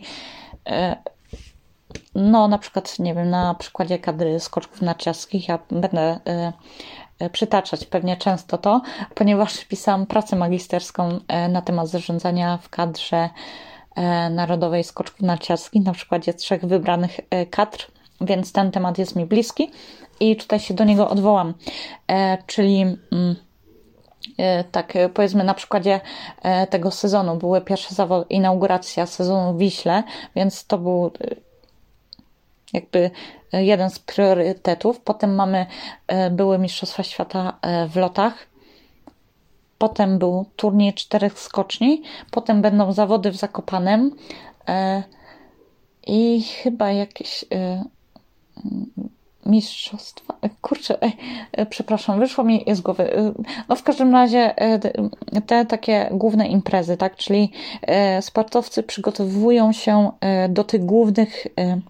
Speaker 1: no na przykład, nie wiem, na przykładzie kadry skoczków narciarskich ja będę przytaczać pewnie często to, ponieważ pisałam pracę magisterską na temat zarządzania w kadrze narodowej skoczków narciarskich na przykładzie trzech wybranych kadr, więc ten temat jest mi bliski i tutaj się do niego odwołam. Czyli tak, powiedzmy na przykładzie tego sezonu były pierwsze zawody, inauguracja sezonu w Wiśle, więc to był jakby jeden z priorytetów. Potem mamy, były Mistrzostwa Świata w lotach, potem był turniej czterech skoczni, potem będą zawody w Zakopanem i chyba jakieś mistrzostwa, kurczę, przepraszam, wyszło mi z głowy. No w każdym razie te takie główne imprezy, tak, czyli sportowcy przygotowują się do tych głównych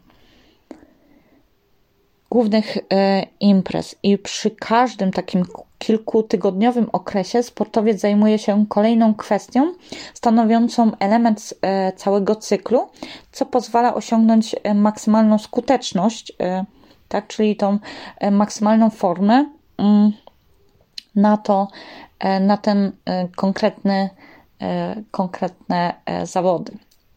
Speaker 1: głównych imprez i przy każdym takim kilkutygodniowym okresie sportowiec zajmuje się kolejną kwestią stanowiącą element całego cyklu, co pozwala osiągnąć maksymalną skuteczność, tak, czyli tą maksymalną formę na to, na ten konkretny, konkretne zawody.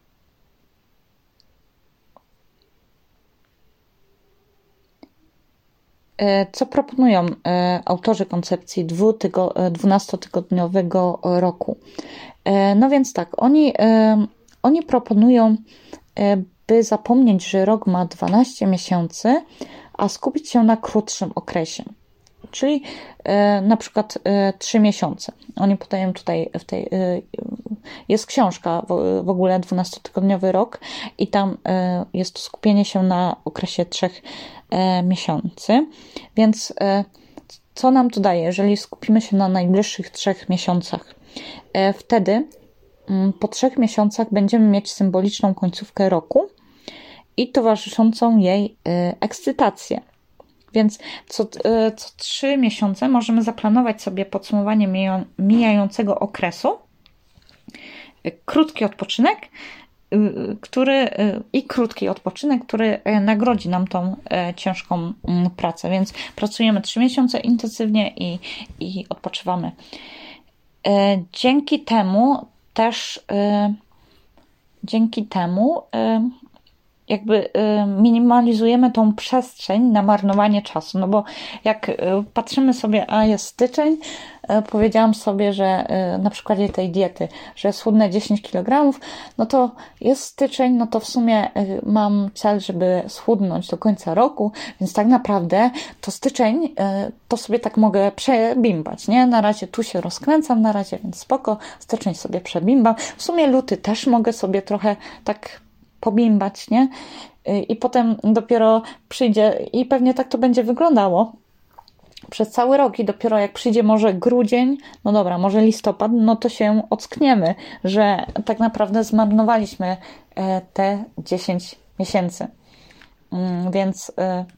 Speaker 1: Co proponują autorzy koncepcji dwunastotygodniowego roku? No więc tak, oni, oni proponują, by zapomnieć, że rok ma dwanaście miesięcy, a skupić się na krótszym okresie, czyli na przykład trzy miesiące. Oni podają tutaj, w tej, jest książka w ogóle dwunastotygodniowy rok i tam jest to skupienie się na okresie trzech miesięcy, więc co nam to daje, jeżeli skupimy się na najbliższych trzech miesiącach? Wtedy po trzech miesiącach będziemy mieć symboliczną końcówkę roku i towarzyszącą jej ekscytację. Więc co, co trzy miesiące możemy zaplanować sobie podsumowanie mijającego okresu, krótki odpoczynek, który i krótki odpoczynek, który nagrodzi nam tą ciężką pracę. Więc pracujemy trzy miesiące intensywnie i, i odpoczywamy. Dzięki temu też dzięki temu jakby minimalizujemy tą przestrzeń na marnowanie czasu, no bo jak patrzymy sobie, a jest styczeń, powiedziałam sobie, że na przykładzie tej diety, że schudnę dziesięć kilogramów, no to jest styczeń, no to w sumie mam cel, żeby schudnąć do końca roku, więc tak naprawdę to styczeń, to sobie tak mogę przebimbać, nie? Na razie tu się rozkręcam, na razie, więc spoko, styczeń sobie przebimbam. W sumie luty też mogę sobie trochę tak pobimbać, nie? I potem dopiero przyjdzie i pewnie tak to będzie wyglądało przez cały rok i dopiero jak przyjdzie może grudzień, no dobra, może listopad, no to się ockniemy, że tak naprawdę zmarnowaliśmy te dziesięć miesięcy. Więc,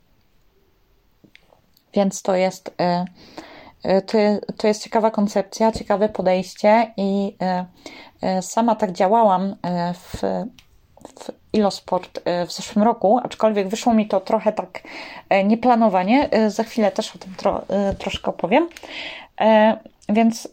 Speaker 1: więc to jest to jest, to jest ciekawa koncepcja, ciekawe podejście i sama tak działałam w, w Ilosport w zeszłym roku, aczkolwiek wyszło mi to trochę tak nieplanowanie. Za chwilę też o tym tro, troszkę opowiem. Więc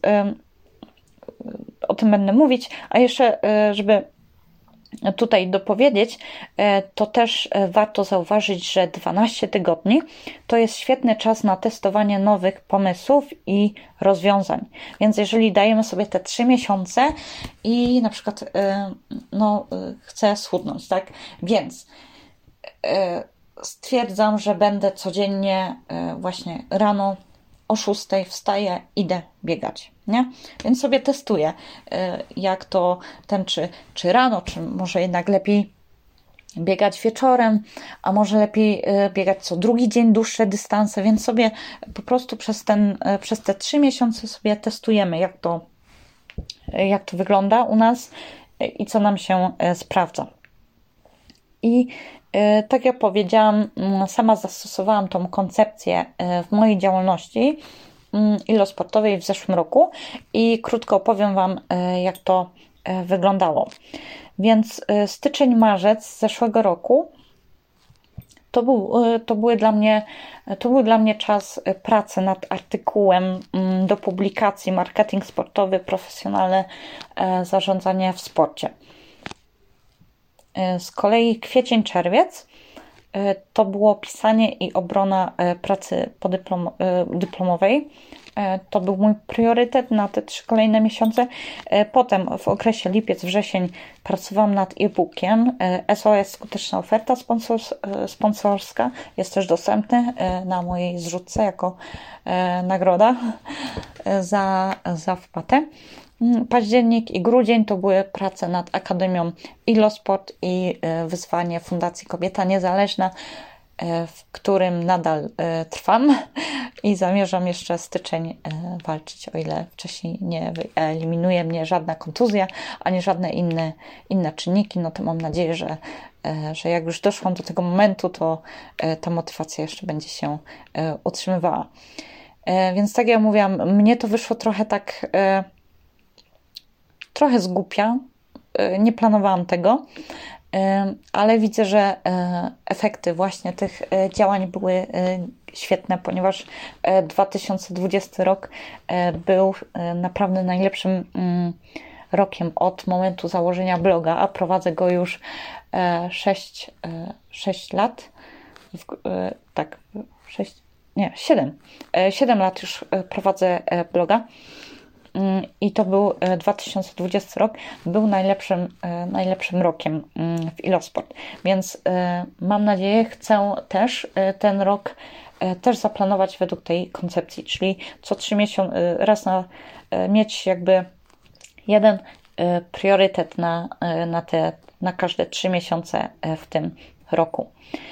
Speaker 1: o tym będę mówić. A jeszcze, żeby tutaj dopowiedzieć, to też warto zauważyć, że dwanaście tygodni to jest świetny czas na testowanie nowych pomysłów i rozwiązań. Więc jeżeli dajemy sobie te trzy miesiące i na przykład no, chcę schudnąć, tak? Więc stwierdzam, że będę codziennie właśnie rano o szóstej wstaję, idę biegać, nie? Więc sobie testuję, jak to ten, czy, czy rano, czy może jednak lepiej biegać wieczorem, a może lepiej biegać co drugi dzień dłuższe dystanse, więc sobie po prostu przez, ten, przez te trzy miesiące sobie testujemy, jak to, jak to wygląda u nas i co nam się sprawdza. I tak jak powiedziałam, sama zastosowałam tą koncepcję w mojej działalności ilosportowej w zeszłym roku i krótko opowiem Wam, jak to wyglądało. Więc styczeń, marzec zeszłego roku to był, to były dla mnie, to był dla mnie czas pracy nad artykułem do publikacji Marketing sportowy, profesjonalne zarządzanie w sporcie. Z kolei kwiecień, czerwiec to było pisanie i obrona pracy podyplom, dyplomowej. To był mój priorytet na te trzy kolejne miesiące. Potem w okresie lipiec, wrzesień pracowałam nad e-bookiem S O S Skuteczna Oferta sponsors, sponsorska. Jest też dostępny na mojej zrzutce jako nagroda za, za wpłatę. Październik i grudzień to były prace nad Akademią Ilosport i wyzwanie Fundacji Kobieta Niezależna, w którym nadal trwam i zamierzam jeszcze styczeń walczyć, o ile wcześniej nie wyeliminuje mnie żadna kontuzja, ani żadne inne, inne czynniki, no to mam nadzieję, że, że jak już doszłam do tego momentu, to ta motywacja jeszcze będzie się utrzymywała. Więc tak jak mówiłam, mnie to wyszło trochę tak trochę z głupia, nie planowałam tego, ale widzę, że efekty właśnie tych działań były świetne, ponieważ dwa tysiące dwudziesty rok był naprawdę najlepszym rokiem od momentu założenia bloga, a prowadzę go już sześć, sześć lat. Tak, sześć, nie, siedem. siedem lat już prowadzę bloga. I to był dwa tysiące dwudziesty rok, był najlepszym, najlepszym rokiem w Ilosport. Więc mam nadzieję, chcę też ten rok też zaplanować według tej koncepcji, czyli co trzy miesiące, raz na mieć jakby jeden priorytet na, na, te, na każde trzy miesiące w tym roku.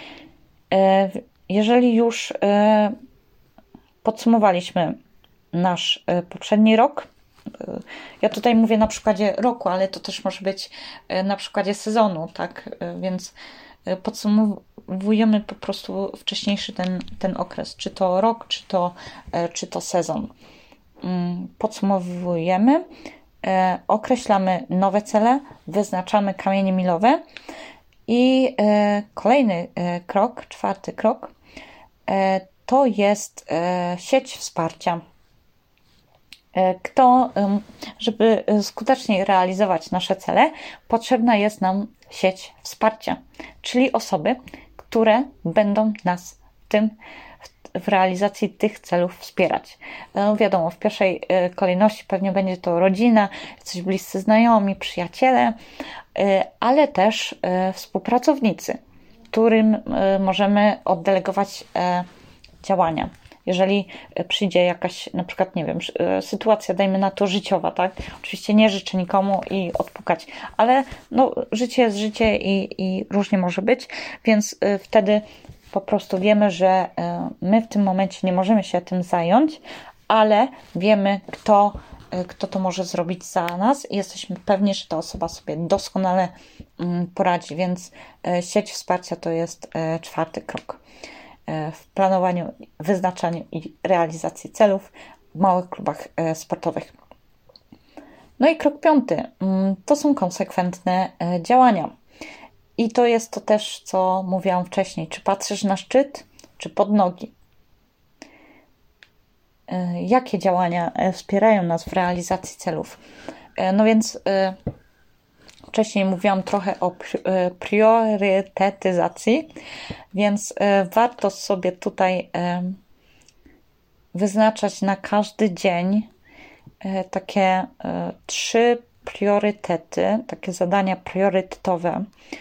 Speaker 1: Jeżeli już podsumowaliśmy nasz poprzedni rok, ja tutaj mówię na przykładzie roku, ale to też może być na przykładzie sezonu, tak? Więc podsumowujemy po prostu wcześniejszy ten, ten okres, czy to rok, czy to, czy to sezon. Podsumowujemy, określamy nowe cele, wyznaczamy kamienie milowe i kolejny krok, czwarty krok, to jest sieć wsparcia. Kto, żeby skutecznie realizować nasze cele, potrzebna jest nam sieć wsparcia, czyli osoby, które będą nas w tym, w realizacji tych celów wspierać. No wiadomo, w pierwszej kolejności pewnie będzie to rodzina, jacyś bliscy znajomi, przyjaciele, ale też współpracownicy, którym możemy oddelegować działania. jeżeli przyjdzie jakaś, na przykład, nie wiem, sytuacja, dajmy na to, życiowa, tak? Oczywiście nie życzę nikomu i odpukać, ale no, życie jest życie i, i różnie może być, więc wtedy po prostu wiemy, że my w tym momencie nie możemy się tym zająć, ale wiemy, kto, kto to może zrobić za nas i jesteśmy pewni, że ta osoba sobie doskonale poradzi, więc sieć wsparcia to jest czwarty krok w planowaniu, wyznaczaniu i realizacji celów w małych klubach sportowych. No i krok piąty to są konsekwentne działania. I to jest to też, co mówiłam wcześniej. Czy patrzysz na szczyt, czy pod nogi? Jakie działania wspierają nas w realizacji celów? No więc wcześniej mówiłam trochę o priorytetyzacji, więc warto sobie tutaj wyznaczać na każdy dzień takie trzy priorytety, takie zadania priorytetowe.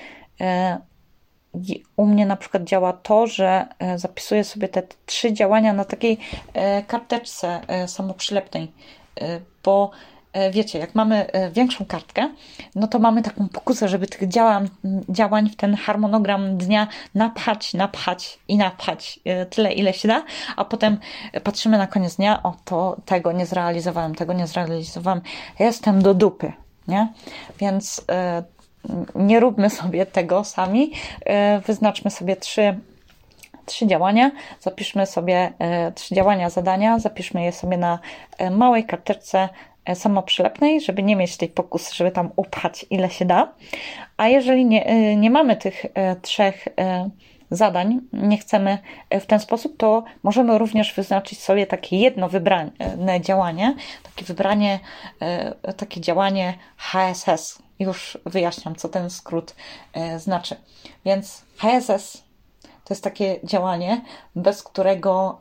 Speaker 1: U mnie na przykład działa to, że zapisuję sobie te trzy działania na takiej karteczce samoprzylepnej, bo wiecie, jak mamy większą kartkę, no to mamy taką pokusę, żeby tych działań, działań w ten harmonogram dnia napchać, napchać i napchać tyle, ile się da, a potem patrzymy na koniec dnia, o to tego nie zrealizowałem, tego nie zrealizowałem, jestem do dupy, nie? Więc nie róbmy sobie tego sami, wyznaczmy sobie trzy, trzy działania, zapiszmy sobie trzy działania, zadania, zapiszmy je sobie na małej karteczce samoprzylepnej, żeby nie mieć tej pokusy, żeby tam upchać ile się da. A jeżeli nie, nie mamy tych trzech zadań, nie chcemy w ten sposób, to możemy również wyznaczyć sobie takie jedno wybrane działanie, takie wybranie, takie działanie H S S. Już wyjaśniam, co ten skrót znaczy. Więc H S S to jest takie działanie, bez którego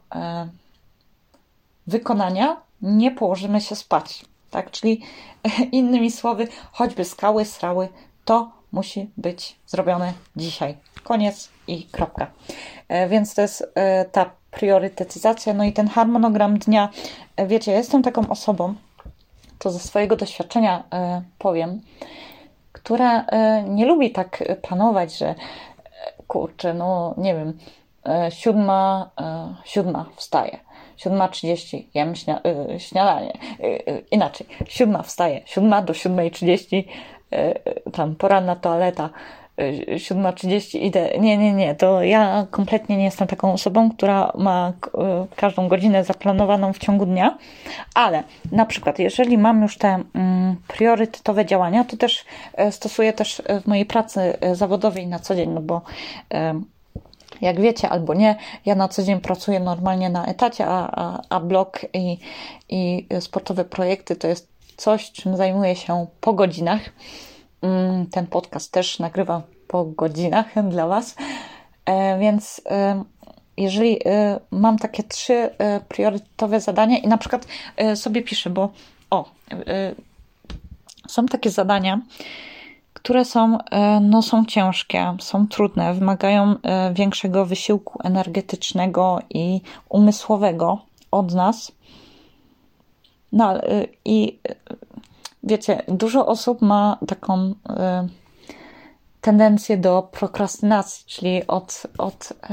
Speaker 1: wykonania nie położymy się spać. Tak? Czyli innymi słowy, choćby skały, srały, to musi być zrobione dzisiaj. Koniec i kropka. Więc to jest ta priorytetyzacja. No i ten harmonogram dnia. Wiecie, ja jestem taką osobą, to ze swojego doświadczenia powiem, która nie lubi tak planować, że kurczę, no nie wiem, siódma, siódma wstaje. siódma trzydzieści jem śnia- śniadanie. Inaczej. Siódma wstaje. Siódma do siódmej trzydzieści tam poranna toaleta. siódma trzydzieści idę. Nie, nie, nie. To ja kompletnie nie jestem taką osobą, która ma każdą godzinę zaplanowaną w ciągu dnia. Ale na przykład, jeżeli mam już te mm, priorytetowe działania, to też stosuję też w mojej pracy zawodowej na co dzień, no bo jak wiecie albo nie, ja na co dzień pracuję normalnie na etacie, a, a, a blog i, i sportowe projekty to jest coś, czym zajmuję się po godzinach. Ten podcast też nagrywam po godzinach dla Was, więc jeżeli mam takie trzy priorytetowe zadania i na przykład sobie piszę, bo o, są takie zadania, które są, no, są ciężkie, są trudne, wymagają większego wysiłku energetycznego i umysłowego od nas. No i wiecie, dużo osób ma taką y, tendencję do prokrastynacji, czyli od, od y,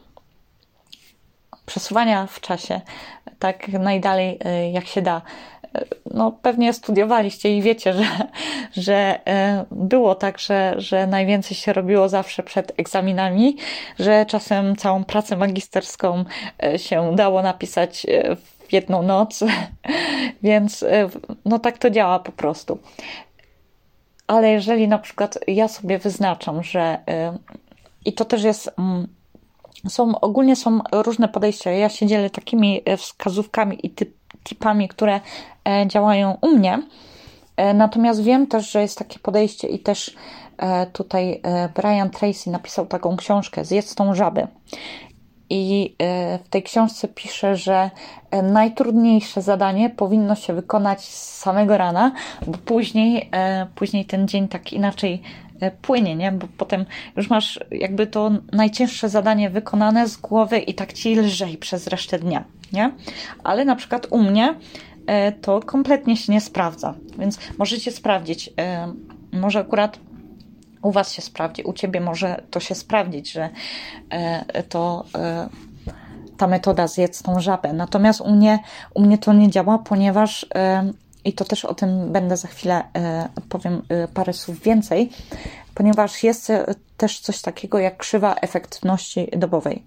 Speaker 1: przesuwania w czasie tak najdalej y, jak się da. No pewnie studiowaliście i wiecie, że, że y, było tak, że, że najwięcej się robiło zawsze przed egzaminami, że czasem całą pracę magisterską y, się dało napisać y, w jedną noc, więc no tak to działa po prostu. Ale jeżeli na przykład ja sobie wyznaczam, że i to też jest, są ogólnie są różne podejścia. Ja się dzielę takimi wskazówkami i typ, tipami, które działają u mnie. Natomiast wiem też, że jest takie podejście i też tutaj Brian Tracy napisał taką książkę Zjedz tą żabę. I w tej książce pisze, że najtrudniejsze zadanie powinno się wykonać z samego rana, bo później, później ten dzień tak inaczej płynie, nie? Bo potem już masz jakby to najcięższe zadanie wykonane z głowy i tak ci lżej przez resztę dnia, nie? Ale na przykład u mnie to kompletnie się nie sprawdza, więc możecie sprawdzić, może akurat u Was się sprawdzi, u Ciebie może to się sprawdzić, że to ta metoda zjedz tą żabę. Natomiast u mnie, u mnie to nie działa, ponieważ i to też o tym będę za chwilę powiem parę słów więcej, ponieważ jest też coś takiego jak krzywa efektywności dobowej.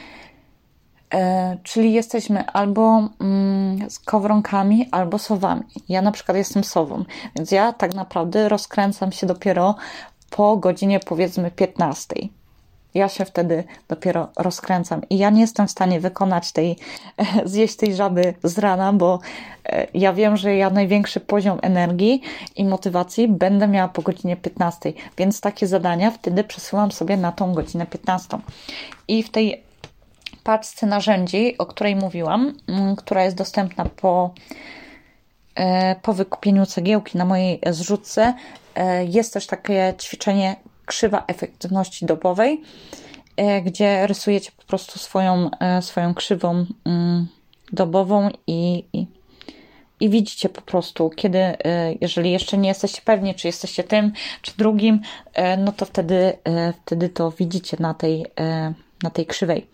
Speaker 1: Czyli jesteśmy albo skowronkami, albo sowami. Ja na przykład jestem sową, więc ja tak naprawdę rozkręcam się dopiero po godzinie powiedzmy piętnastej. Ja się wtedy dopiero rozkręcam i ja nie jestem w stanie wykonać tej, zjeść tej żaby z rana, bo ja wiem, że ja największy poziom energii i motywacji będę miała po godzinie piętnastej, więc takie zadania wtedy przesyłam sobie na tą godzinę piętnastą. I w tej paczce narzędzi, o której mówiłam, która jest dostępna po, po wykupieniu cegiełki na mojej zrzutce, jest też takie ćwiczenie krzywa efektywności dobowej, gdzie rysujecie po prostu swoją, swoją krzywą dobową i, i, i widzicie po prostu, kiedy, jeżeli jeszcze nie jesteście pewni, czy jesteście tym, czy drugim, no to wtedy, wtedy to widzicie na tej, na tej krzywej.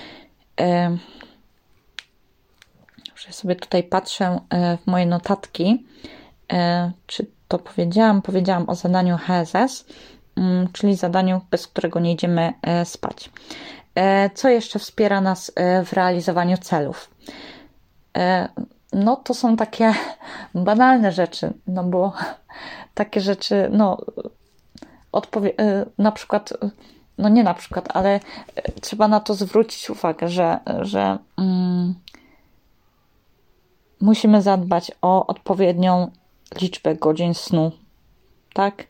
Speaker 1: Już sobie tutaj patrzę w moje notatki, czy to powiedziałam, powiedziałam o zadaniu H S S, czyli zadaniu, bez którego nie idziemy spać. Co jeszcze wspiera nas w realizowaniu celów? No to są takie banalne rzeczy, no bo takie rzeczy, no odpowie- na przykład, no nie na przykład, ale trzeba na to zwrócić uwagę, że, że mm, musimy zadbać o odpowiednią liczbę godzin snu, tak?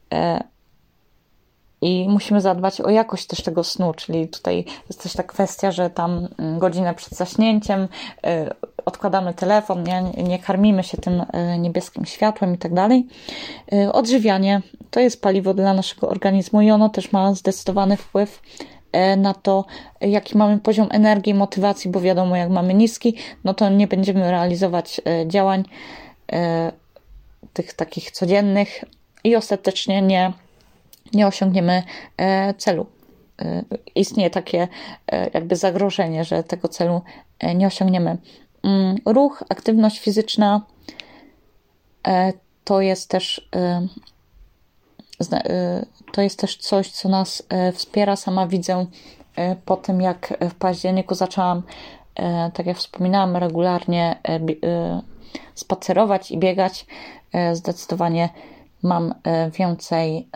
Speaker 1: I musimy zadbać o jakość też tego snu, czyli tutaj jest też ta kwestia, że tam godzinę przed zaśnięciem odkładamy telefon, nie, nie karmimy się tym niebieskim światłem i tak dalej. Odżywianie to jest paliwo dla naszego organizmu i ono też ma zdecydowany wpływ na to, jaki mamy poziom energii, motywacji, bo wiadomo, jak mamy niski, no to nie będziemy realizować działań tych takich codziennych i ostatecznie nie nie osiągniemy celu. Istnieje takie jakby zagrożenie, że tego celu nie osiągniemy. Ruch, aktywność fizyczna to jest też to jest też coś, co nas wspiera. Sama widzę po tym, jak w październiku zaczęłam, tak jak wspominałam, regularnie spacerować i biegać. Zdecydowanie mam więcej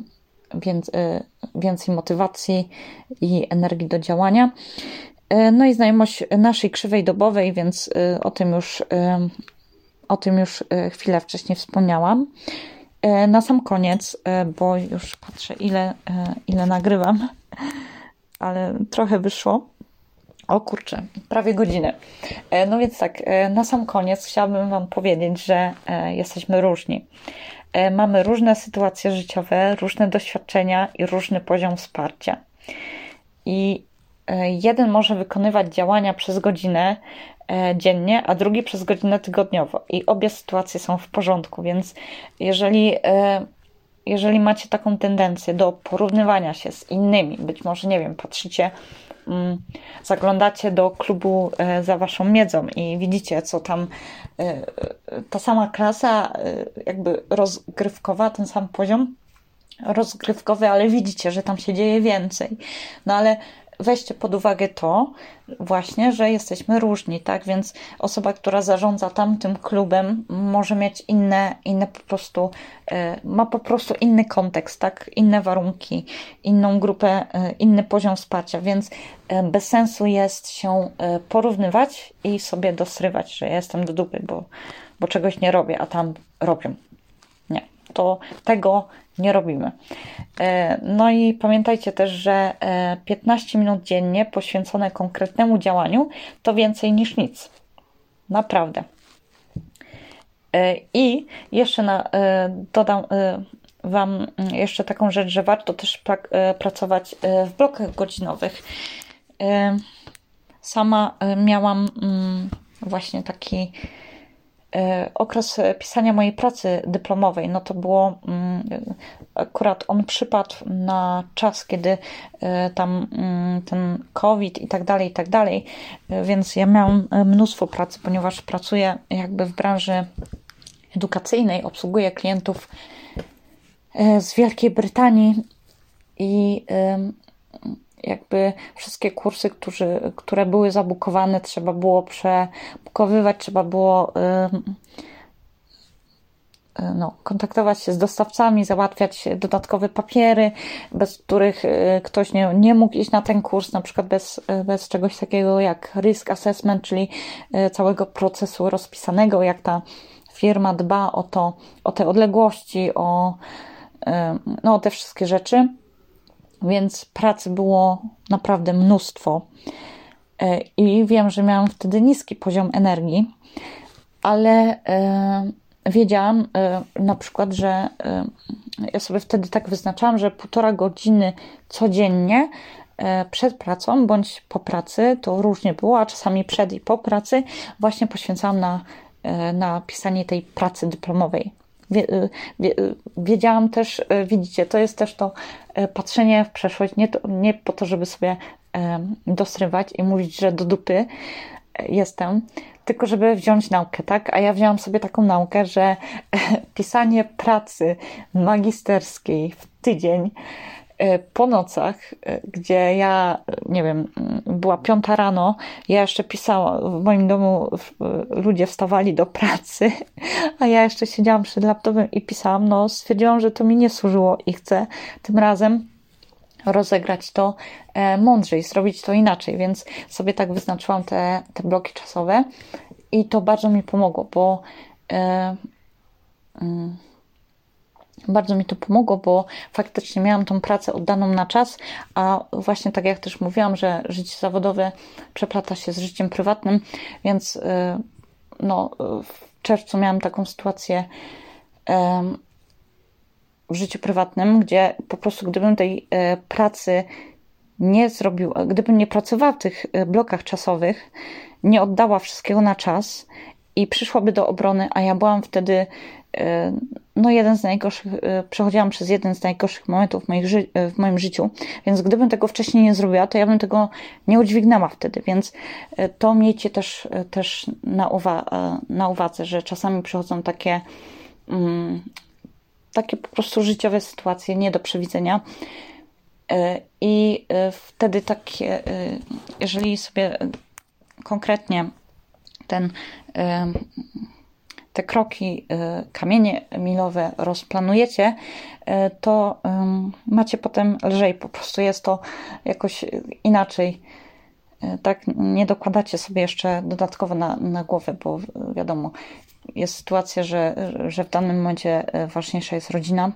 Speaker 1: więcej motywacji i energii do działania. No i znajomość naszej krzywej dobowej, więc o tym już, o tym już chwilę wcześniej wspomniałam. Na sam koniec, bo już patrzę, ile, ile nagrywam, ale trochę wyszło. O kurczę, prawie godzinę. No więc tak, na sam koniec chciałabym Wam powiedzieć, że jesteśmy różni. Mamy różne sytuacje życiowe, różne doświadczenia i różny poziom wsparcia. I jeden może wykonywać działania przez godzinę dziennie, a drugi przez godzinę tygodniowo. I obie sytuacje są w porządku, więc jeżeli, jeżeli macie taką tendencję do porównywania się z innymi, być może, nie wiem, patrzycie, zaglądacie do klubu za Waszą miedzą i widzicie, co tam ta sama klasa jakby rozgrywkowa, ten sam poziom rozgrywkowy, ale widzicie, że tam się dzieje więcej. No ale weźcie pod uwagę to właśnie, że jesteśmy różni, tak? Więc osoba, która zarządza tamtym klubem, może mieć inne, inne po prostu, ma po prostu inny kontekst, tak? Inne warunki, inną grupę, inny poziom wsparcia, więc bez sensu jest się porównywać i sobie dosrywać, że ja jestem do dupy, bo, bo czegoś nie robię, a tam robią. Nie, to tego nie robimy. No i pamiętajcie też, że piętnaście minut dziennie poświęcone konkretnemu działaniu to więcej niż nic. Naprawdę. I jeszcze na, dodam, Wam jeszcze taką rzecz, że warto też pra- pracować w blokach godzinowych. Sama miałam właśnie taki okres pisania mojej pracy dyplomowej. No to było, akurat on przypadł na czas, kiedy tam ten COVID i tak dalej, i tak dalej, więc ja miałam mnóstwo pracy, ponieważ pracuję jakby w branży edukacyjnej, obsługuję klientów z Wielkiej Brytanii i jakby wszystkie kursy, którzy, które były zabukowane, trzeba było przebukowywać, trzeba było no, kontaktować się z dostawcami, załatwiać dodatkowe papiery, bez których ktoś nie, nie mógł iść na ten kurs, na przykład bez, bez czegoś takiego jak risk assessment, czyli całego procesu rozpisanego, jak ta firma dba o to, o te odległości, o, no, o te wszystkie rzeczy. Więc pracy było naprawdę mnóstwo i wiem, że miałam wtedy niski poziom energii, ale wiedziałam na przykład, że ja sobie wtedy tak wyznaczałam, że półtora godziny codziennie przed pracą bądź po pracy, to różnie było, a czasami przed i po pracy właśnie poświęcałam na, na pisanie tej pracy dyplomowej. Wiedziałam też, widzicie, to jest też to patrzenie w przeszłość, nie, to, nie po to, żeby sobie dosrywać i mówić, że do dupy jestem, tylko żeby wziąć naukę, tak? A ja wzięłam sobie taką naukę, że pisanie pracy magisterskiej w tydzień po nocach, gdzie ja, nie wiem, była piąta rano, ja jeszcze pisałam, w moim domu ludzie wstawali do pracy, a ja jeszcze siedziałam przed laptopem i pisałam, no stwierdziłam, że to mi nie służyło i chcę tym razem rozegrać to mądrzej, zrobić to inaczej, więc sobie tak wyznaczyłam te, te bloki czasowe i to bardzo mi pomogło, bo e, mm, bardzo mi to pomogło, bo faktycznie miałam tą pracę oddaną na czas, a właśnie tak jak też mówiłam, że życie zawodowe przeplata się z życiem prywatnym, więc no, w czerwcu miałam taką sytuację w życiu prywatnym, gdzie po prostu gdybym tej pracy nie zrobiła, gdybym nie pracowała w tych blokach czasowych, nie oddała wszystkiego na czas i przyszłaby do obrony, a ja byłam wtedy no jeden z najgorszych, przechodziłam przez jeden z najgorszych momentów w, moich ży- w moim życiu, więc gdybym tego wcześniej nie zrobiła, to ja bym tego nie udźwignęła wtedy, więc to miejcie też, też na, uwa- na uwadze, że czasami przychodzą takie um, takie po prostu życiowe sytuacje nie do przewidzenia i wtedy takie, jeżeli sobie konkretnie ten te kroki, kamienie milowe rozplanujecie, to macie potem lżej, po prostu jest to jakoś inaczej. Tak, nie dokładacie sobie jeszcze dodatkowo na, na głowę, bo wiadomo, jest sytuacja, że, że w danym momencie ważniejsza jest rodzina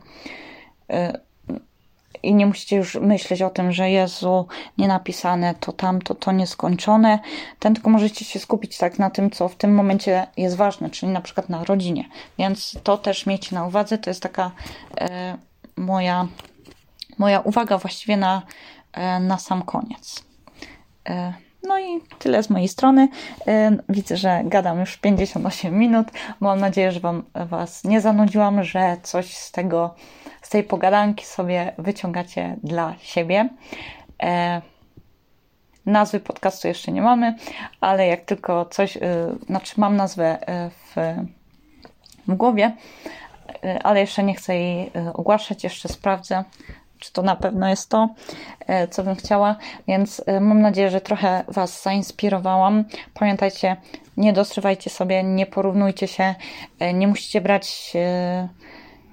Speaker 1: i nie musicie już myśleć o tym, że Jezu, nie napisane, to tamto, to nieskończone. Ten tylko możecie się skupić tak na tym, co w tym momencie jest ważne, czyli na przykład na rodzinie. Więc to też miejcie na uwadze. To jest taka e, moja, moja uwaga właściwie na, e, na sam koniec. E, no i tyle z mojej strony. E, widzę, że gadam już pięćdziesiąt osiem minut. Mam nadzieję, że wam, was nie zanudziłam, że coś z tego z tej pogadanki sobie wyciągacie dla siebie. E, nazwy podcastu jeszcze nie mamy, ale jak tylko coś, y, znaczy mam nazwę w, w głowie, y, ale jeszcze nie chcę jej ogłaszać, jeszcze sprawdzę, czy to na pewno jest to, y, co bym chciała, więc y, mam nadzieję, że trochę was zainspirowałam. Pamiętajcie, nie dostrywajcie sobie, nie porównujcie się, y, nie musicie brać y,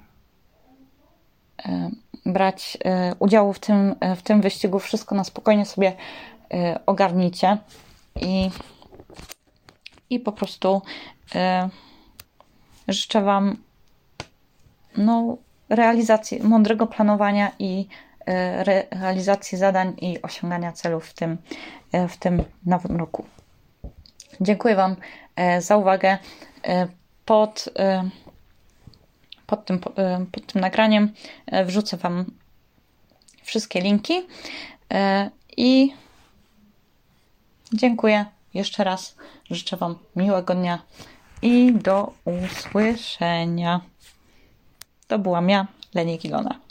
Speaker 1: brać udziału w tym, w tym wyścigu. Wszystko na spokojnie sobie ogarnijcie i, i po prostu życzę wam no, realizacji, mądrego planowania i realizacji zadań i osiągania celów w tym, w tym nowym roku. Dziękuję wam za uwagę. Pod pod tym, pod tym nagraniem wrzucę Wam wszystkie linki i dziękuję jeszcze raz. Życzę Wam miłego dnia i do usłyszenia. To byłam ja, Leni Kilona.